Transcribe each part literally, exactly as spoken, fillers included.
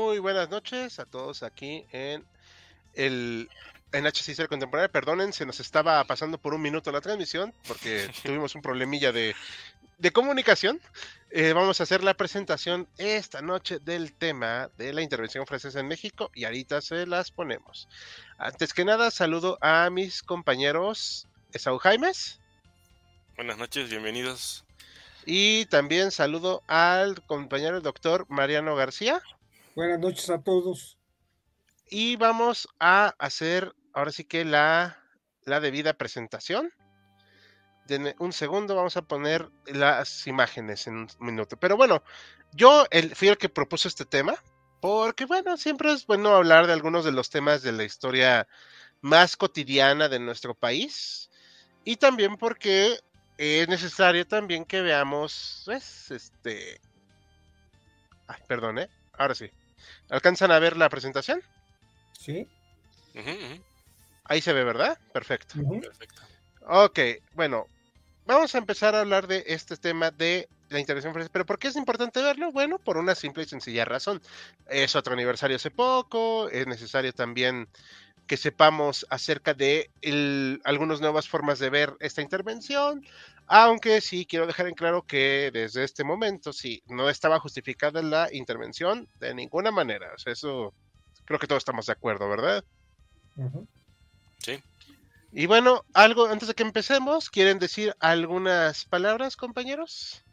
Muy buenas noches a todos aquí en el en H C Cero Contemporánea. Perdonen, se nos estaba pasando por un minuto la transmisión porque tuvimos un problemilla de, de comunicación. Eh, vamos a hacer la presentación esta noche del tema de la intervención francesa en México y ahorita se las ponemos. Antes que nada, saludo a mis compañeros Esaú Jaimes. Buenas noches, bienvenidos. Y también saludo al compañero el doctor Mariano García. Buenas noches a todos. Y vamos a hacer ahora sí que la, la debida presentación. Denme un segundo, vamos a poner las imágenes en un minuto. Pero bueno, yo el, fui el que propuso este tema, porque bueno, siempre es bueno hablar de algunos de los temas de la historia más cotidiana de nuestro país. Y también porque es necesario también que veamos, pues, este... Ay, perdón, ¿eh? Ahora sí. ¿Alcanzan a ver la presentación? Sí. Uh -huh, uh -huh. Ahí se ve, ¿verdad? Perfecto. Uh -huh. Perfecto. Ok, bueno, vamos a empezar a hablar de este tema de la intervención francesa. ¿Pero por qué es importante verlo? Bueno, por una simple y sencilla razón. Es otro aniversario hace poco, es necesario también que sepamos acerca de el, algunas nuevas formas de ver esta intervención, aunque sí quiero dejar en claro que desde este momento sí, no estaba justificada la intervención de ninguna manera. O sea, eso creo que todos estamos de acuerdo, ¿verdad? Uh -huh. Sí. Y bueno, algo antes de que empecemos, ¿quieren decir algunas palabras, compañeros?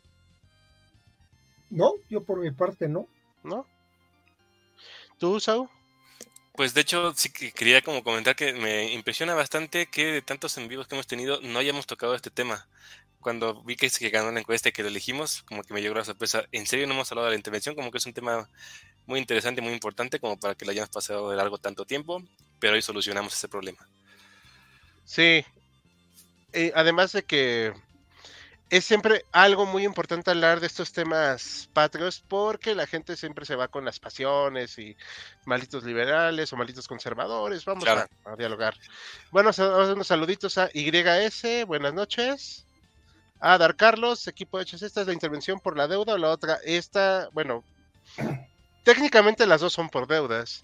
No, yo por mi parte no. ¿No? ¿Tú, Saúl? Pues de hecho sí que quería como comentar que me impresiona bastante que de tantos en vivos que hemos tenido no hayamos tocado este tema. Cuando vi que, que ganó la encuesta y que lo elegimos, como que me llegó la sorpresa. En serio no hemos hablado de la intervención, como que es un tema muy interesante, muy importante, como para que lo hayamos pasado de largo tanto tiempo, pero hoy solucionamos ese problema. Sí, eh, además de que es siempre algo muy importante hablar de estos temas patrios porque la gente siempre se va con las pasiones y malditos liberales o malditos conservadores. Vamos claro. a, a dialogar. Bueno, unos saluditos a Y S, buenas noches. A Dar Carlos, equipo de hechos, esta es la intervención por la deuda o la otra. Esta, bueno, técnicamente las dos son por deudas.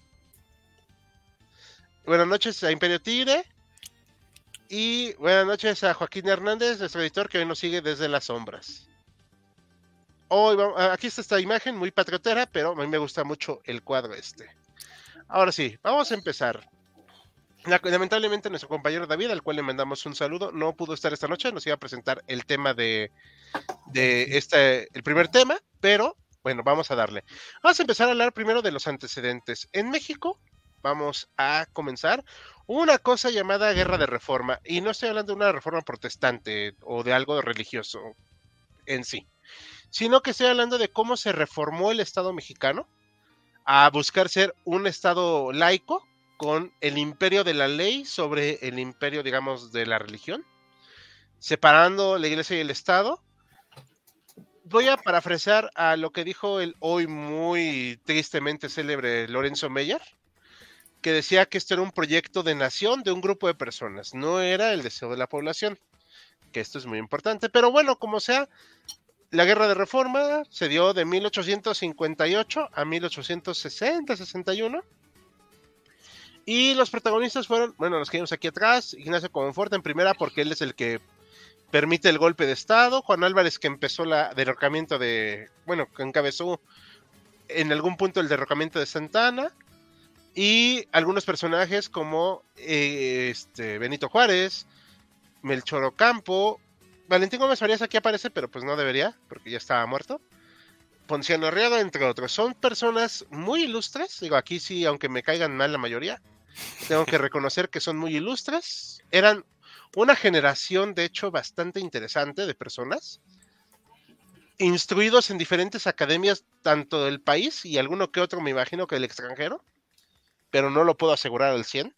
Buenas noches a Imperio Tigre. Y buenas noches a Joaquín Hernández, nuestro editor que hoy nos sigue desde las sombras. Hoy vamos, aquí está esta imagen muy patriotera, pero a mí me gusta mucho el cuadro este. Ahora sí, vamos a empezar. Lamentablemente nuestro compañero David, al cual le mandamos un saludo, no pudo estar esta noche, nos iba a presentar el tema de, de este, el primer tema, pero bueno, vamos a darle. Vamos a empezar a hablar primero de los antecedentes. En México, vamos a comenzar una cosa llamada Guerra de Reforma, y no estoy hablando de una reforma protestante o de algo religioso en sí, sino que estoy hablando de cómo se reformó el Estado mexicano a buscar ser un Estado laico con el imperio de la ley sobre el imperio, digamos, de la religión, separando la iglesia y el Estado. Voy a parafrasear a lo que dijo el hoy muy tristemente célebre Lorenzo Meyer, que decía que esto era un proyecto de nación de un grupo de personas, no era el deseo de la población, que esto es muy importante, pero bueno, como sea, la Guerra de Reforma se dio de mil ochocientos cincuenta y ocho a mil ochocientos sesenta, sesenta y uno, y los protagonistas fueron, bueno, los que vimos aquí atrás, Ignacio Comonfort en primera porque él es el que permite el golpe de Estado, Juan Álvarez que empezó la derrocamiento de, bueno, que encabezó en algún punto el derrocamiento de Santa Anna, y algunos personajes como eh, este Benito Juárez, Melchor Ocampo, Valentín Gómez Farías aquí aparece, pero pues no debería, porque ya estaba muerto, Ponciano Arriaga, entre otros. Son personas muy ilustres, digo, aquí sí, aunque me caigan mal la mayoría, tengo que reconocer que son muy ilustres, eran una generación, de hecho, bastante interesante de personas, instruidos en diferentes academias, tanto del país y alguno que otro, me imagino que del extranjero, pero no lo puedo asegurar al cien,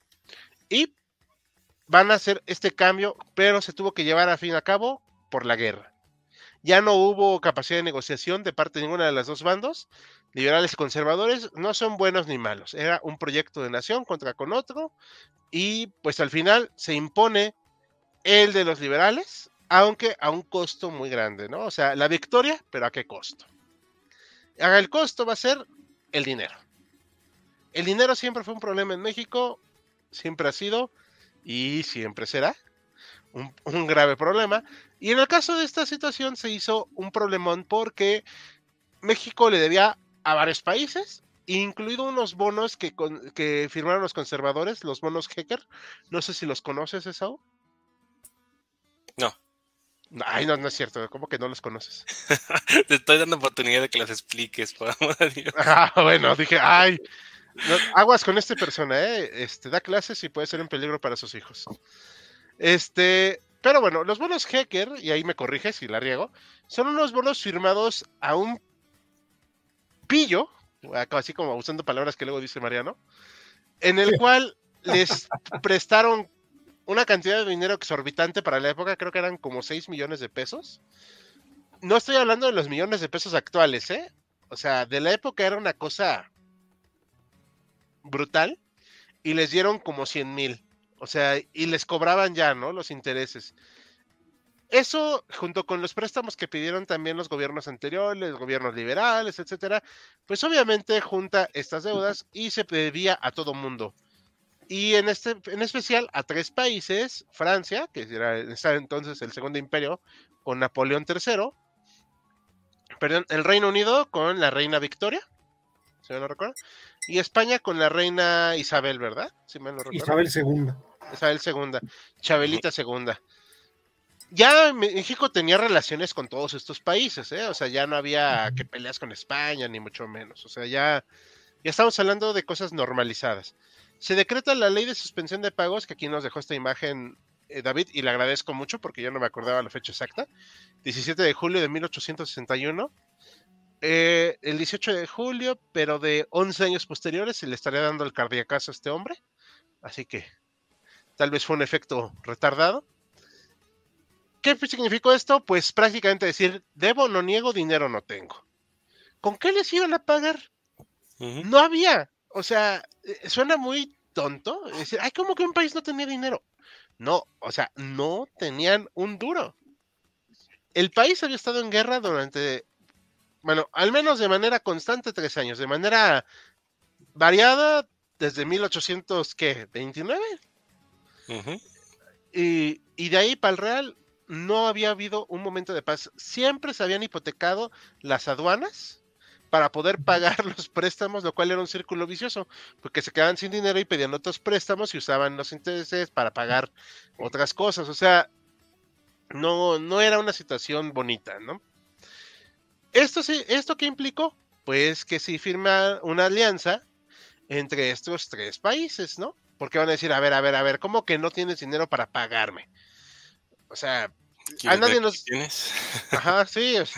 y van a hacer este cambio, pero se tuvo que llevar a fin a cabo por la guerra. Ya no hubo capacidad de negociación de parte de ninguna de las dos bandos, liberales y conservadores, no son buenos ni malos, era un proyecto de nación contra con otro, y pues al final se impone el de los liberales, aunque a un costo muy grande, ¿no? O sea, la victoria, pero ¿a qué costo? Ahora, el costo va a ser el dinero. El dinero siempre fue un problema en México, siempre ha sido y siempre será un, un grave problema. Y en el caso de esta situación se hizo un problemón porque México le debía a varios países, incluido unos bonos que, con, que firmaron los conservadores, los bonos Hecker. No sé si los conoces, Esau. No. Ay, no, no es cierto. ¿Cómo que no los conoces? Te estoy dando oportunidad de que los expliques, por amor de Dios. Ah, bueno, dije, ay, no, aguas con esta persona, ¿eh? Este, da clases y puede ser un peligro para sus hijos. Este, pero bueno, los bonos Hecker, y ahí me corriges si la riego, son unos bonos firmados a un pillo, así como usando palabras que luego dice Mariano, en el cual les prestaron una cantidad de dinero exorbitante para la época, creo que eran como seis millones de pesos. No estoy hablando de los millones de pesos actuales, ¿eh? O sea, de la época era una cosa brutal y les dieron como cien mil. O sea, y les cobraban ya, ¿no? Los intereses. Eso, junto con los préstamos que pidieron también los gobiernos anteriores, gobiernos liberales, etcétera, pues obviamente junta estas deudas y se debía a todo mundo. Y en este, en especial a tres países: Francia, que era entonces el segundo imperio, con Napoleón tercero, perdón, el Reino Unido con la reina Victoria, si me lo recuerdo, y España con la reina Isabel, ¿verdad? Si me lo recuerdo. Isabel segunda. Isabel segunda, Chabelita segunda. Ya México tenía relaciones con todos estos países, ¿eh? O sea, ya no había que peleas con España, ni mucho menos. O sea, ya, ya estamos hablando de cosas normalizadas. Se decreta la ley de suspensión de pagos, que aquí nos dejó esta imagen eh, David, y le agradezco mucho porque yo no me acordaba la fecha exacta. diecisiete de julio de mil ochocientos sesenta y uno. Eh, el dieciocho de julio, pero de once años posteriores, se le estaría dando el cardiacazo a este hombre. Así que tal vez fue un efecto retardado. ¿Qué significó esto? Pues prácticamente decir, debo, no niego, dinero no tengo. ¿Con qué les iban a pagar? Uh-huh. No había. O sea, suena muy tonto. Es decir, ay, ¿cómo que un país no tenía dinero? No, o sea, no tenían un duro. El país había estado en guerra durante, bueno, al menos de manera constante tres años, de manera variada desde mil ochocientos veintinueve. Uh-huh. Y, y de ahí para el Real no había habido un momento de paz. Siempre se habían hipotecado las aduanas para poder pagar los préstamos, lo cual era un círculo vicioso, porque se quedaban sin dinero y pedían otros préstamos y usaban los intereses para pagar otras cosas. O sea, no, no era una situación bonita, ¿no? Esto sí, ¿esto qué implicó? Pues que se firma una alianza entre estos tres países, ¿no? Porque van a decir, a ver, a ver, a ver, ¿cómo que no tienes dinero para pagarme? O sea, a nadie nos... ¿Tienes? Ajá, sí, o sea...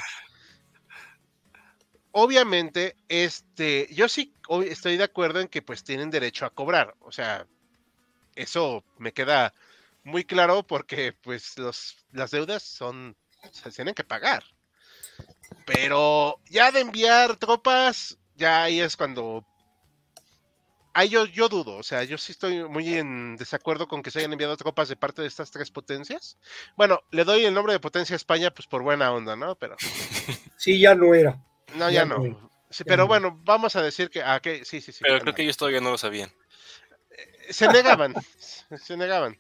Obviamente, este, yo sí estoy de acuerdo en que pues tienen derecho a cobrar, o sea, eso me queda muy claro porque pues los, las deudas son, se tienen que pagar, pero ya de enviar tropas, ya ahí es cuando, ahí yo, yo dudo, o sea, yo sí estoy muy en desacuerdo con que se hayan enviado tropas de parte de estas tres potencias. Bueno, le doy el nombre de potencia a España pues por buena onda, ¿no? Pero... Sí, ya no era. No, ya, ya no. no. Sí, pero no. Bueno, vamos a decir que... Ah, que sí, sí, sí. Pero creo que ellos todavía no lo sabían. Se negaban, se negaban.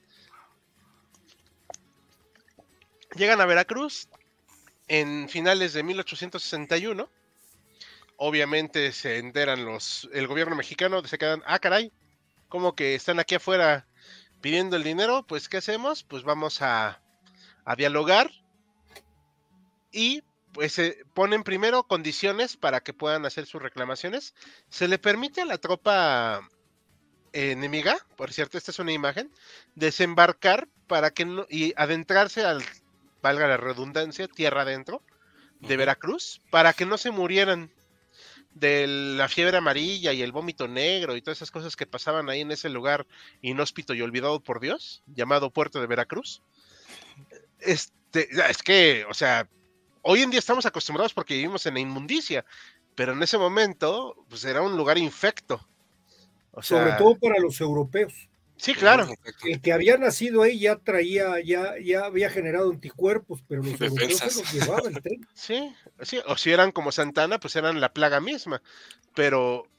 Llegan a Veracruz en finales de mil ochocientos sesenta y uno. Obviamente se enteran los... El gobierno mexicano, se quedan... Ah, caray, ¿cómo que están aquí afuera pidiendo el dinero? Pues, ¿qué hacemos? Pues vamos a, a dialogar y... pues se ponen primero condiciones para que puedan hacer sus reclamaciones. Se le permite a la tropa enemiga, por cierto, esta es una imagen, desembarcar para que no, y adentrarse al, valga la redundancia, tierra adentro de uh-huh. Veracruz, para que no se murieran de la fiebre amarilla y el vómito negro y todas esas cosas que pasaban ahí en ese lugar inhóspito y olvidado por Dios, llamado Puerto de Veracruz. Este, es que, o sea, hoy en día estamos acostumbrados porque vivimos en la inmundicia, pero en ese momento pues era un lugar infecto. O sea, sobre todo para los europeos. Sí, claro. El que había nacido ahí ya traía, ya, ya había generado anticuerpos, pero los Defensas. europeos se los llevaban. Sí, sí, o si eran como Santana, pues eran la plaga misma. Pero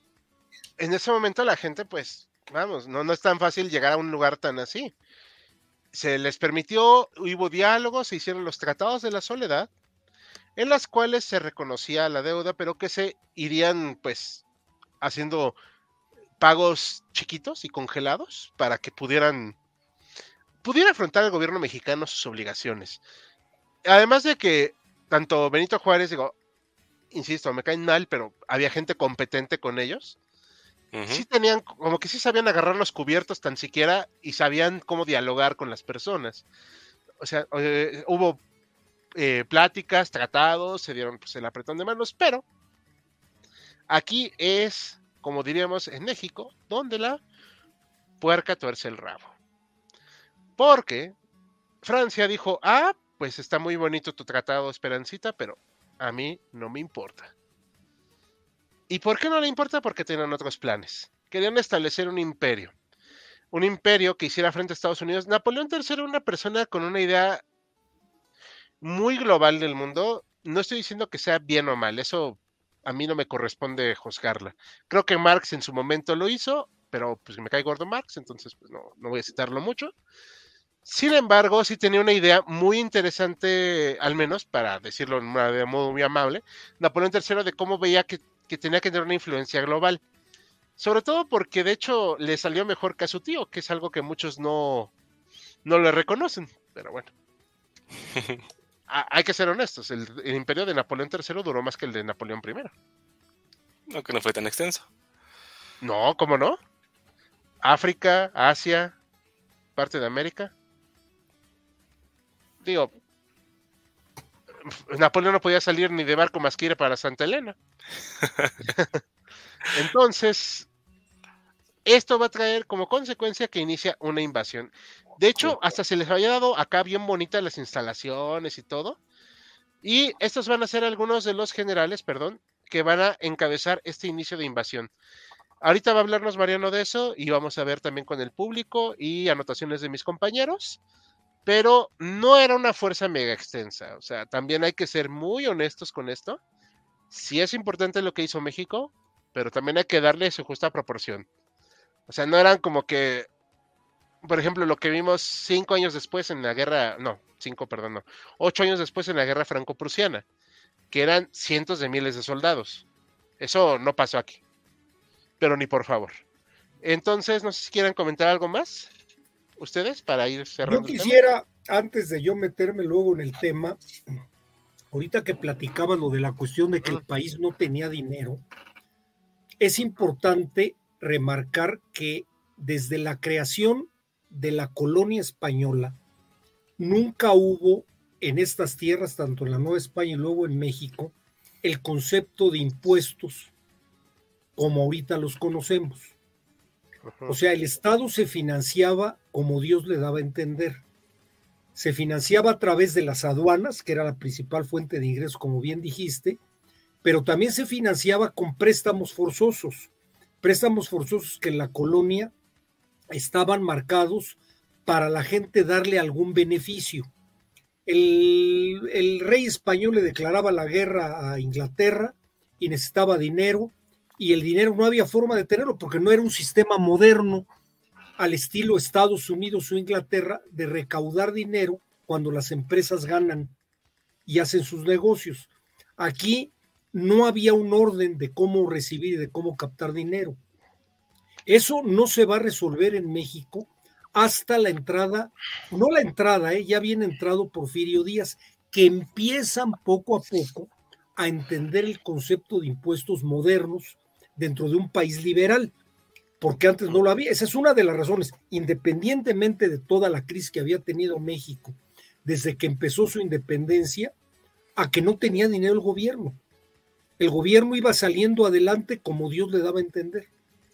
en ese momento la gente, pues, vamos, no, no es tan fácil llegar a un lugar tan así. Se les permitió, hubo diálogos, se hicieron los tratados de la soledad, en las cuales se reconocía la deuda, pero que se irían, pues, haciendo pagos chiquitos y congelados para que pudieran, pudiera afrontar el gobierno mexicano sus obligaciones. Además de que tanto Benito Juárez, digo, insisto, me caen mal, pero había gente competente con ellos. Uh-huh. Sí tenían, como que sí sabían agarrar los cubiertos tan siquiera y sabían cómo dialogar con las personas. O sea, eh, hubo eh, pláticas, tratados, se dieron pues, el apretón de manos, pero aquí es, como diríamos en México, donde la puerca tuerce el rabo. Porque Francia dijo, ah, pues está muy bonito tu tratado, Esperancita, pero a mí no me importa. ¿Y por qué no le importa? Porque tenían otros planes. Querían establecer un imperio. Un imperio que hiciera frente a Estados Unidos. Napoleón tercero era una persona con una idea muy global del mundo. No estoy diciendo que sea bien o mal. Eso a mí no me corresponde juzgarla. Creo que Marx en su momento lo hizo, pero pues me cae gordo Marx, entonces pues no, no voy a citarlo mucho. Sin embargo, sí tenía una idea muy interesante, al menos para decirlo de modo muy amable, Napoleón tercero de cómo veía que, que tenía que tener una influencia global. Sobre todo porque de hecho le salió mejor que a su tío, que es algo que muchos no, no le reconocen. Pero bueno. Hay que ser honestos, el, el imperio de Napoleón tercero duró más que el de Napoleón primero. No, que no fue tan extenso. No, ¿cómo no? África, Asia, parte de América. Digo, Napoleón no podía salir ni de barco más que ir para Santa Elena. Entonces, esto va a traer como consecuencia que inicia una invasión. De hecho, hasta se les había dado acá bien bonitas las instalaciones y todo. Y estos van a ser algunos de los generales, perdón, que van a encabezar este inicio de invasión. Ahorita va a hablarnos Mariano de eso y vamos a ver también con el público y anotaciones de mis compañeros. Pero no era una fuerza mega extensa. O sea, también hay que ser muy honestos con esto. Sí es importante lo que hizo México, pero también hay que darle su justa proporción. O sea, no eran como que, por ejemplo, lo que vimos cinco años después en la guerra, no, cinco, perdón, no, ocho años después en la guerra franco-prusiana, que eran cientos de miles de soldados. Eso no pasó aquí. Pero ni por favor. Entonces, no sé si quieran comentar algo más. ¿Ustedes? Para ir cerrando. Yo quisiera, antes de yo meterme luego en el tema, ahorita que platicaba lo de la cuestión de que el país no tenía dinero, es importante remarcar que desde la creación de la colonia española, nunca hubo en estas tierras, tanto en la Nueva España y luego en México, el concepto de impuestos como ahorita los conocemos. O sea, el Estado se financiaba como Dios le daba a entender. Se financiaba a través de las aduanas, que era la principal fuente de ingresos, como bien dijiste, pero también se financiaba con préstamos forzosos. Préstamos forzosos que en la colonia estaban marcados para la gente darle algún beneficio. El, el rey español le declaraba la guerra a Inglaterra y necesitaba dinero, y el dinero no había forma de tenerlo porque no era un sistema moderno al estilo Estados Unidos o Inglaterra de recaudar dinero cuando las empresas ganan y hacen sus negocios. Aquí no había un orden de cómo recibir y de cómo captar dinero. Eso no se va a resolver en México hasta la entrada, no la entrada, eh, ya viene entrado Porfirio Díaz, que empiezan poco a poco a entender el concepto de impuestos modernos dentro de un país liberal, porque antes no lo había. Esa es una de las razones, independientemente de toda la crisis que había tenido México desde que empezó su independencia, a que no tenía dinero el gobierno. El gobierno iba saliendo adelante como Dios le daba a entender.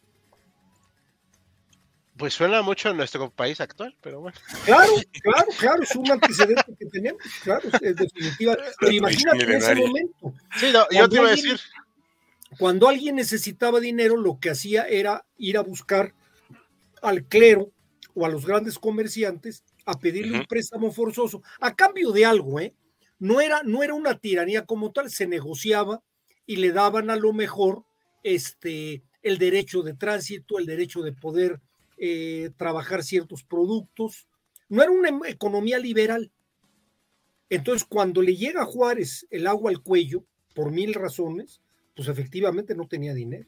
Pues suena mucho a nuestro país actual, pero bueno. Claro, claro, claro, es un antecedente que tenemos, claro, es definitiva. Pero imagínate en ese momento. Sí, no, yo te iba a decir. Cuando alguien necesitaba dinero, lo que hacía era ir a buscar al clero o a los grandes comerciantes a pedirle uh-huh. un préstamo forzoso, a cambio de algo, ¿eh? No era, no era una tiranía como tal, se negociaba y le daban a lo mejor este, el derecho de tránsito, el derecho de poder eh, trabajar ciertos productos. No era una economía liberal. Entonces, cuando le llega a Juárez el agua al cuello, por mil razones, pues efectivamente no tenía dinero.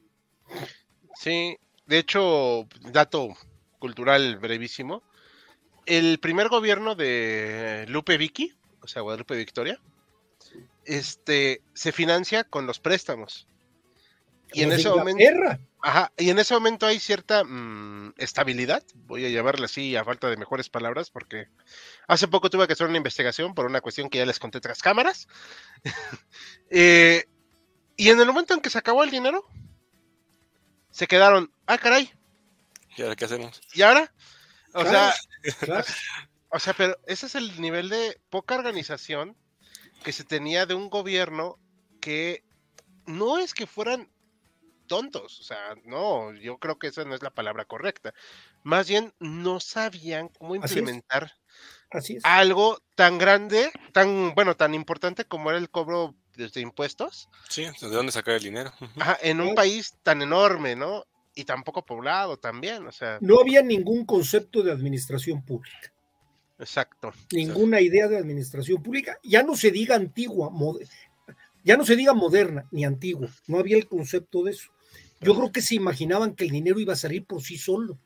Sí, de hecho, dato cultural brevísimo, el primer gobierno de Lupe Vicky, o sea, Guadalupe Victoria, este, se financia con los préstamos. Y en ese momento, ajá, y en ese momento hay cierta mmm, estabilidad, voy a llamarla así a falta de mejores palabras, porque hace poco tuve que hacer una investigación por una cuestión que ya les conté tras cámaras. eh, y en el momento en que se acabó el dinero, se quedaron, ah, caray. ¿Y ahora qué hacemos? ¿Y ahora? O claro, sea, claro. o sea, pero ese es el nivel de poca organización que se tenía de un gobierno que no es que fueran tontos, o sea, no, yo creo que esa no es la palabra correcta. Más bien no sabían cómo implementar Así es. Así es. algo tan grande, tan, bueno, tan importante como era el cobro de impuestos. Sí, ¿de dónde sacar el dinero? Ajá, en un país tan enorme, ¿no? Y tan poco poblado también, o sea. No había ningún concepto de administración pública. Exacto. Ninguna idea de administración pública. Ya no se diga antigua, mod- ya no se diga moderna ni antigua. No había el concepto de eso. Yo creo que se imaginaban que el dinero iba a salir por sí solo.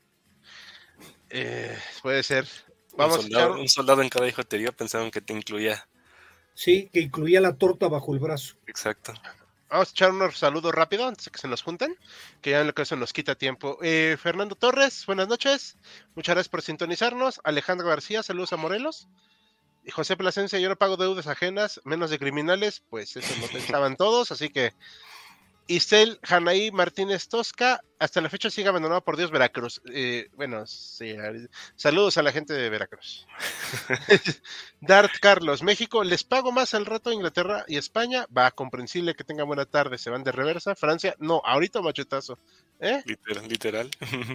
Eh, puede ser. Vamos un, soldado, a echar... un soldado en cada hijo te dio, pensaban que te incluía. Sí, que incluía la torta bajo el brazo. Exacto. Vamos a echar unos saludos rápido antes de que se nos junten, que ya en lo que eso nos quita tiempo. Eh, Fernando Torres, buenas noches. Muchas gracias por sintonizarnos. Alejandro García, saludos a Morelos. Y José Plasencia, yo no pago deudas ajenas, menos de criminales, pues eso no pensaban todos, así que Isel Janaí Martínez Tosca, hasta la fecha sigue abandonado por Dios Veracruz. Eh, bueno, sí, saludos a la gente de Veracruz. Dart Carlos, México, les pago más al rato a Inglaterra y España. Va, comprensible, que tengan buena tarde, se van de reversa. Francia, no, ahorita machetazo. ¿Eh? Literal. literal.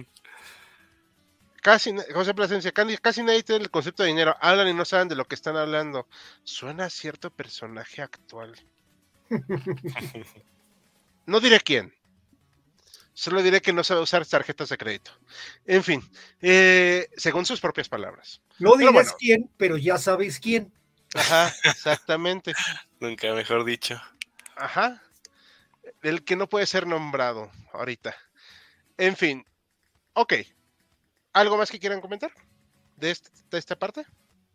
Casi, José Plasencia, casi, casi nadie tiene el concepto de dinero. Hablan y no saben de lo que están hablando. Suena a cierto personaje actual. No diré quién. Solo diré que no sabe usar tarjetas de crédito. En fin, eh, según sus propias palabras. No dirás bueno. quién, pero ya sabes quién. Ajá, exactamente. Nunca mejor dicho. Ajá. El que no puede ser nombrado ahorita. En fin, ok. ¿Algo más que quieran comentar de, este, de esta parte?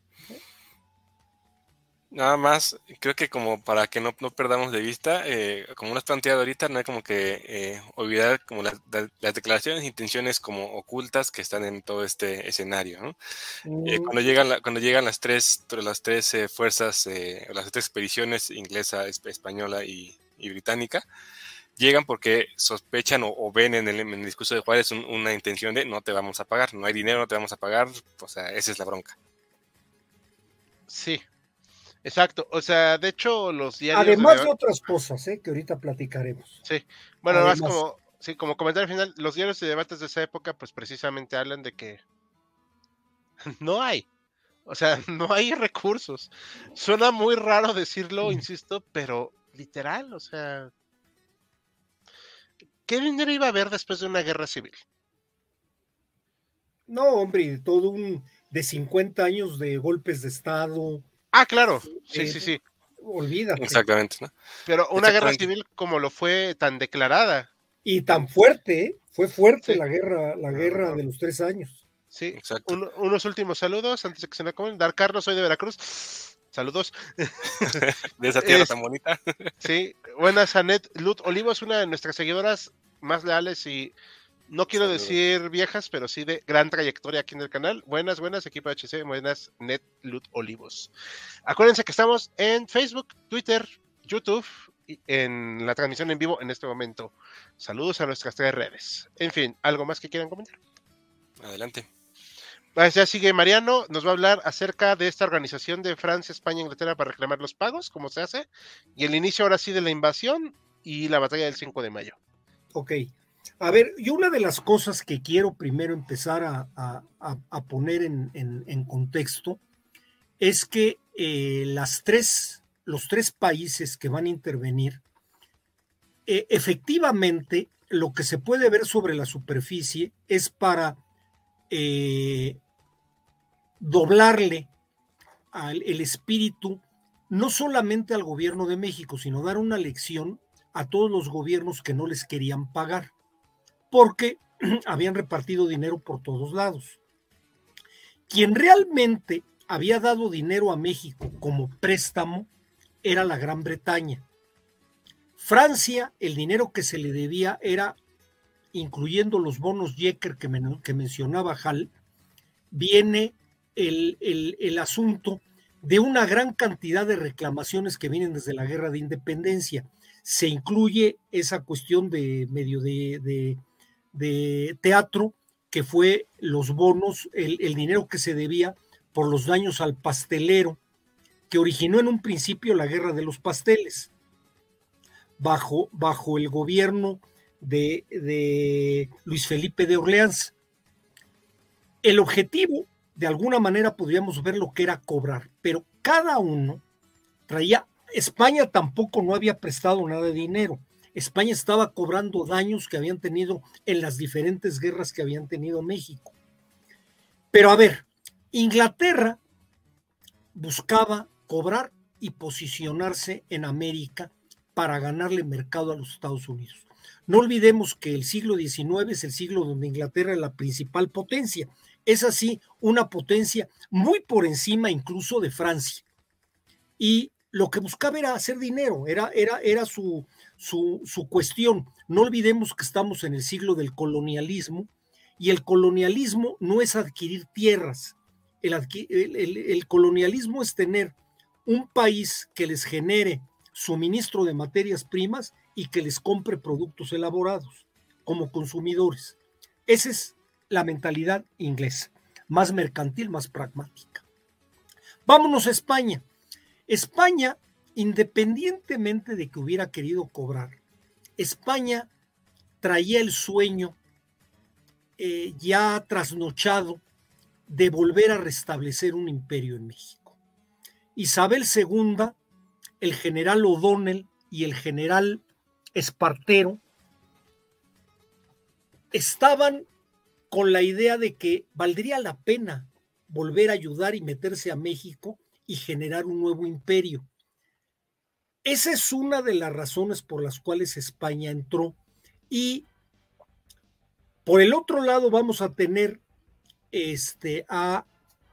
Nada más, creo que como para que no, no perdamos de vista, eh, como lo has planteado ahorita, no hay como que eh, olvidar como las, las declaraciones e intenciones como ocultas que están en todo este escenario, ¿no? Mm. Eh, cuando llegan la, cuando llegan las tres las tres eh, fuerzas, eh, las tres expediciones inglesa, española y, y británica, llegan porque sospechan o, o ven en el, en el discurso de Juárez un, una intención de no te vamos a pagar, no hay dinero, no te vamos a pagar, o sea, esa es la bronca. Sí. Exacto, o sea, de hecho los diarios... Además de, de otras cosas, ¿eh? Que ahorita platicaremos. Sí, bueno, Además... más como, sí, como comentario final, los diarios de debates de esa época, pues precisamente hablan de que no hay, o sea, no hay recursos. Suena muy raro decirlo, insisto, pero literal, o sea, ¿qué dinero iba a haber después de una guerra civil? No, hombre, todo un de cincuenta años de golpes de Estado. Ah, claro, sí, eh, sí, sí. Olvídate. Exactamente, ¿no? Pero una guerra civil como lo fue tan declarada. Y tan fuerte, ¿eh? Fue fuerte sí. la guerra, la guerra no, no. de los tres años. Sí, Un, unos últimos saludos antes de que se me acaben. Dar Carlos, soy de Veracruz. Saludos. De esa tierra es, tan bonita. Sí, buenas, Anet Lut Olivos, una de nuestras seguidoras más leales y no quiero Saludos. decir viejas, pero sí de gran trayectoria aquí en el canal. Buenas, buenas, equipo H C, buenas, Net Lut Olivos. Acuérdense que estamos en Facebook, Twitter, YouTube y en la transmisión en vivo en este momento. Saludos a nuestras tres redes. En fin, ¿algo más que quieran comentar? Adelante. Ya sigue Mariano, nos va a hablar acerca de esta organización de Francia, España e Inglaterra para reclamar los pagos, cómo se hace, y el inicio ahora sí de la invasión y la batalla del cinco de mayo. Ok. A ver, yo una de las cosas que quiero primero empezar a, a, a poner en, en, en contexto es que eh, las tres, los tres países que van a intervenir, eh, efectivamente lo que se puede ver sobre la superficie es para eh, doblarle al, el espíritu, no solamente al gobierno de México, sino dar una lección a todos los gobiernos que no les querían pagar, porque habían repartido dinero por todos lados. Quien realmente había dado dinero a México como préstamo era la Gran Bretaña. Francia, el dinero que se le debía era, incluyendo los bonos Jecker que, men que mencionaba Hal, viene el, el, el asunto de una gran cantidad de reclamaciones que vienen desde la Guerra de Independencia. Se incluye esa cuestión de medio de, de, de teatro, que fue los bonos, el, el dinero que se debía por los daños al pastelero, que originó en un principio la Guerra de los Pasteles, bajo, bajo el gobierno de, de Luis Felipe de Orleans. El objetivo, de alguna manera podríamos ver lo que era cobrar, pero cada uno traía, España tampoco no había prestado nada de dinero, España estaba cobrando daños que habían tenido en las diferentes guerras que habían tenido México. Pero a ver, Inglaterra buscaba cobrar y posicionarse en América para ganarle mercado a los Estados Unidos. No olvidemos que el siglo diecinueve es el siglo donde Inglaterra es la principal potencia. Es así, una potencia muy por encima incluso de Francia. Y lo que buscaba era hacer dinero, era, era, era su, su, su cuestión. No olvidemos que estamos en el siglo del colonialismo, y el colonialismo no es adquirir tierras. El, el, el, el colonialismo es tener un país que les genere suministro de materias primas y que les compre productos elaborados como consumidores. Esa es la mentalidad inglesa, más mercantil, más pragmática. Vámonos a España. España, independientemente de que hubiera querido cobrar, España traía el sueño eh, ya trasnochado de volver a restablecer un imperio en México. Isabel segunda, el general O'Donnell y el general Espartero estaban con la idea de que valdría la pena volver a ayudar y meterse a México y generar un nuevo imperio. Esa es una de las razones por las cuales España entró. Y por el otro lado vamos a tener este, a,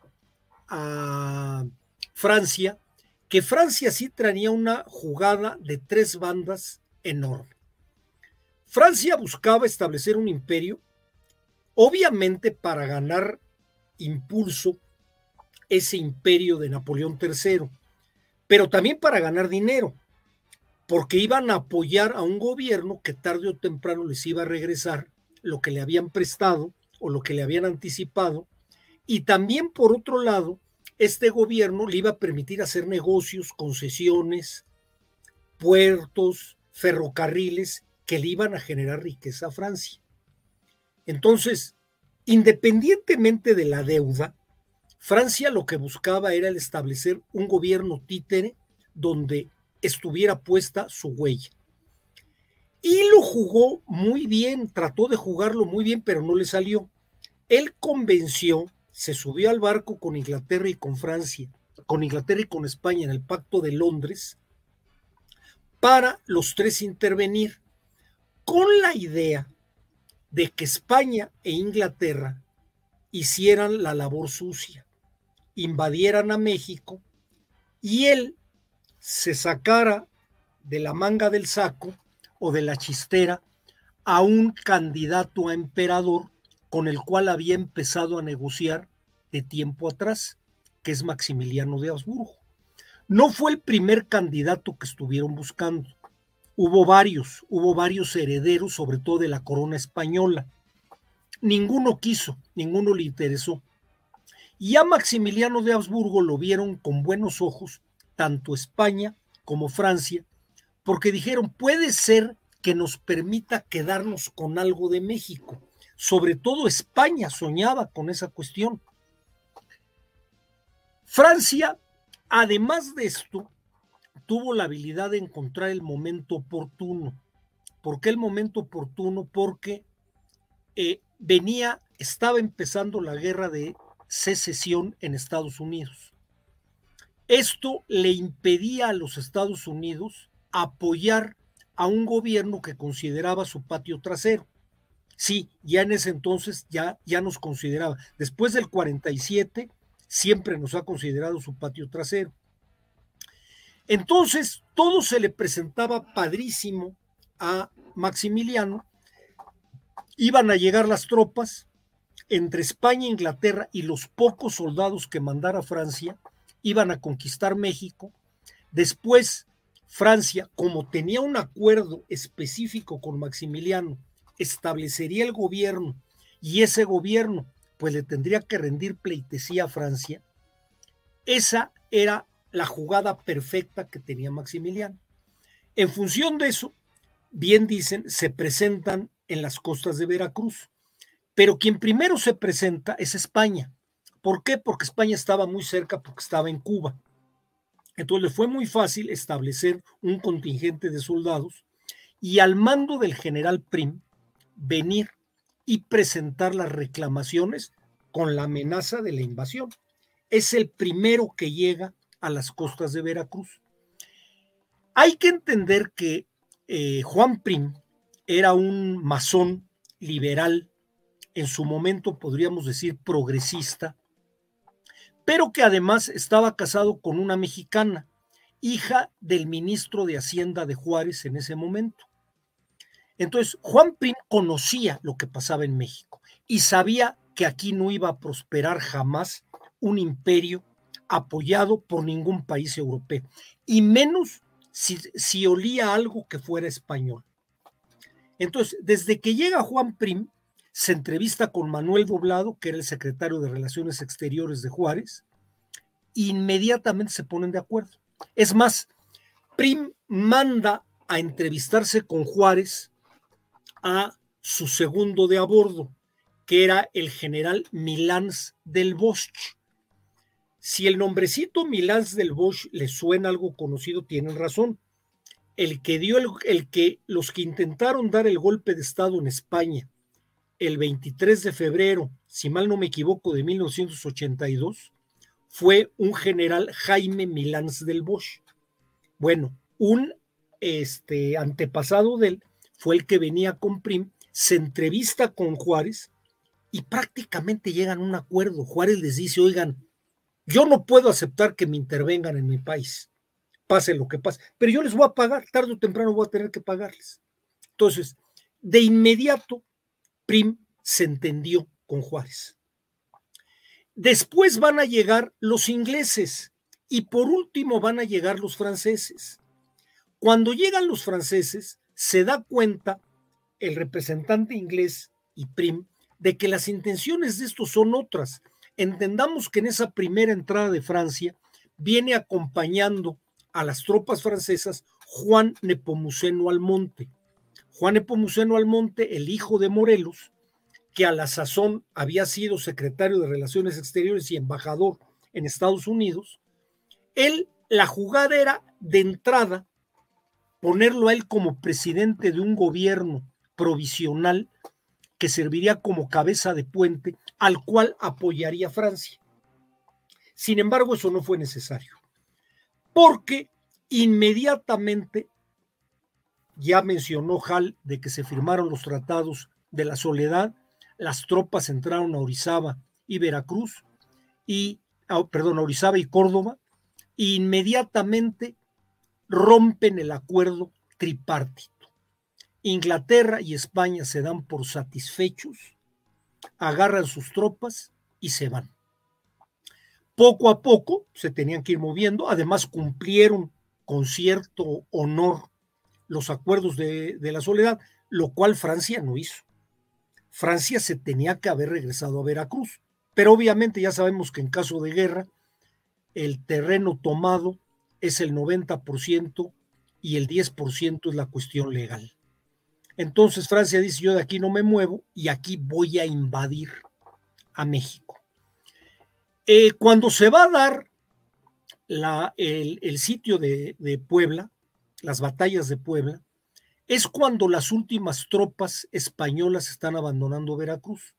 a Francia, que Francia sí traía una jugada de tres bandas enorme. Francia buscaba establecer un imperio, obviamente para ganar impulso ese imperio de Napoleón tercero, pero también para ganar dinero, porque iban a apoyar a un gobierno que tarde o temprano les iba a regresar lo que le habían prestado o lo que le habían anticipado, y también por otro lado, este gobierno le iba a permitir hacer negocios, concesiones, puertos, ferrocarriles, que le iban a generar riqueza a Francia. Entonces, independientemente de la deuda, Francia lo que buscaba era el establecer un gobierno títere donde estuviera puesta su huella. Y lo jugó muy bien, trató de jugarlo muy bien, pero no le salió. Él convenció, se subió al barco con Inglaterra y con Francia, con Inglaterra y con España en el Pacto de Londres, para los tres intervenir, con la idea de que España e Inglaterra hicieran la labor sucia, invadieran a México y él se sacara de la manga del saco o de la chistera a un candidato a emperador con el cual había empezado a negociar de tiempo atrás, que es Maximiliano de Habsburgo. No fue el primer candidato que estuvieron buscando. Hubo varios, hubo varios herederos, sobre todo de la corona española. Ninguno quiso, ninguno le interesó. Y a Maximiliano de Habsburgo lo vieron con buenos ojos, tanto España como Francia, porque dijeron, puede ser que nos permita quedarnos con algo de México. Sobre todo España soñaba con esa cuestión. Francia, además de esto, tuvo la habilidad de encontrar el momento oportuno, ¿Por qué el momento oportuno? Porque eh, venía, estaba empezando la guerra de secesión en Estados Unidos. Esto le impedía a los Estados Unidos apoyar a un gobierno que consideraba su patio trasero. Sí, ya en ese entonces ya, ya nos consideraba. Después del cuarenta y siete, siempre nos ha considerado su patio trasero. Entonces, todo se le presentaba padrísimo a Maximiliano. Iban a llegar las tropas entre España e Inglaterra y los pocos soldados que mandara Francia iban a conquistar México. Después, Francia, como tenía un acuerdo específico con Maximiliano, establecería el gobierno y ese gobierno pues le tendría que rendir pleitesía a Francia. Esa era la jugada perfecta que tenía Maximiliano. En función de eso, bien dicen, se presentan en las costas de Veracruz, pero quien primero se presenta es España. ¿Por qué? Porque España estaba muy cerca, porque estaba en Cuba. Entonces le fue muy fácil establecer un contingente de soldados y al mando del general Prim venir y presentar las reclamaciones con la amenaza de la invasión. Es el primero que llega a las costas de Veracruz. Hay que entender que eh, Juan Prim era un masón liberal, en su momento podríamos decir progresista, pero que además estaba casado con una mexicana, hija del ministro de Hacienda de Juárez en ese momento. Entonces, Juan Prim conocía lo que pasaba en México y sabía que aquí no iba a prosperar jamás un imperio apoyado por ningún país europeo, y menos si, si olía algo que fuera español. Entonces, desde que llega Juan Prim, se entrevista con Manuel Doblado, que era el secretario de Relaciones Exteriores de Juárez, e inmediatamente se ponen de acuerdo. Es más, Prim manda a entrevistarse con Juárez a su segundo de a bordo, que era el general Milans del Bosch. Si el nombrecito Milans del Bosch le suena algo conocido, tienen razón. El que dio el, el que los que intentaron dar el golpe de Estado en España el veintitrés de febrero, si mal no me equivoco, de mil novecientos ochenta y dos, fue un general Jaime Milans del Bosch. Bueno, un este, antepasado de él fue el que venía con Prim, se entrevista con Juárez y prácticamente llegan a un acuerdo. Juárez les dice, oigan, yo no puedo aceptar que me intervengan en mi país, pase lo que pase, pero yo les voy a pagar, tarde o temprano voy a tener que pagarles. Entonces, de inmediato, Prim se entendió con Juárez. Después van a llegar los ingleses y por último van a llegar los franceses. Cuando llegan los franceses, se da cuenta el representante inglés y Prim de que las intenciones de estos son otras. Entendamos que en esa primera entrada de Francia viene acompañando a las tropas francesas Juan Nepomuceno Almonte. Juan Nepomuceno Almonte, el hijo de Morelos, que a la sazón había sido secretario de Relaciones Exteriores y embajador en Estados Unidos. Él, la jugada era de entrada ponerlo a él como presidente de un gobierno provisional que serviría como cabeza de puente al cual apoyaría Francia. Sin embargo, eso no fue necesario, porque inmediatamente, ya mencionó Hall de que se firmaron los tratados de la Soledad, las tropas entraron a Orizaba y Veracruz, y, perdón, a Orizaba y Córdoba, e inmediatamente rompen el acuerdo tripartito. Inglaterra y España se dan por satisfechos, agarran sus tropas y se van. Poco a poco se tenían que ir moviendo, además cumplieron con cierto honor los acuerdos de, de la Soledad, lo cual Francia no hizo. Francia se tenía que haber regresado a Veracruz, pero obviamente ya sabemos que en caso de guerra el terreno tomado es el noventa por ciento y el diez por ciento es la cuestión legal. Entonces Francia dice, yo de aquí no me muevo y aquí voy a invadir a México. Eh, cuando se va a dar la, el, el sitio de, de Puebla, las batallas de Puebla, es cuando las últimas tropas españolas están abandonando Veracruz.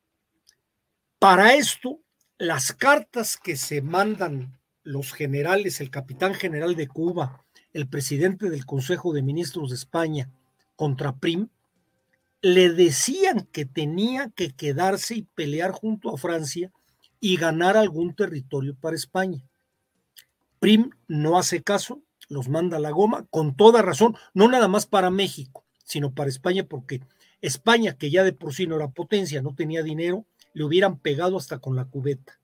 Para esto, las cartas que se mandan los generales, el capitán general de Cuba, el presidente del Consejo de Ministros de España contra Prim, le decían que tenía que quedarse y pelear junto a Francia y ganar algún territorio para España. Prim no hace caso, los manda a la goma, con toda razón, no nada más para México, sino para España, porque España, que ya de por sí no era potencia, no tenía dinero, le hubieran pegado hasta con la cubeta.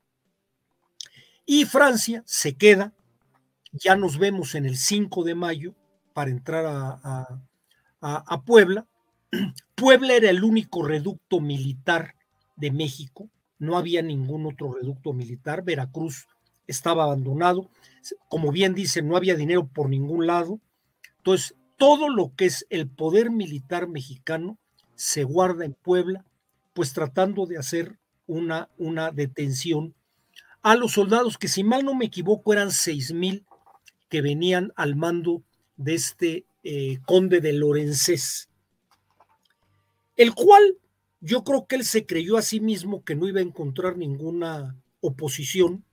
Y Francia se queda, ya nos vemos en el cinco de mayo para entrar a, a, a, a Puebla. Puebla era el único reducto militar de México, no había ningún otro reducto militar, Veracruz estaba abandonado, como bien dicen, no había dinero por ningún lado, entonces todo lo que es el poder militar mexicano se guarda en Puebla, pues tratando de hacer una, una detención a los soldados que, si mal no me equivoco, eran seis mil que venían al mando de este eh, conde de Lorenzés, el cual yo creo que él se creyó a sí mismo que no iba a encontrar ninguna oposición,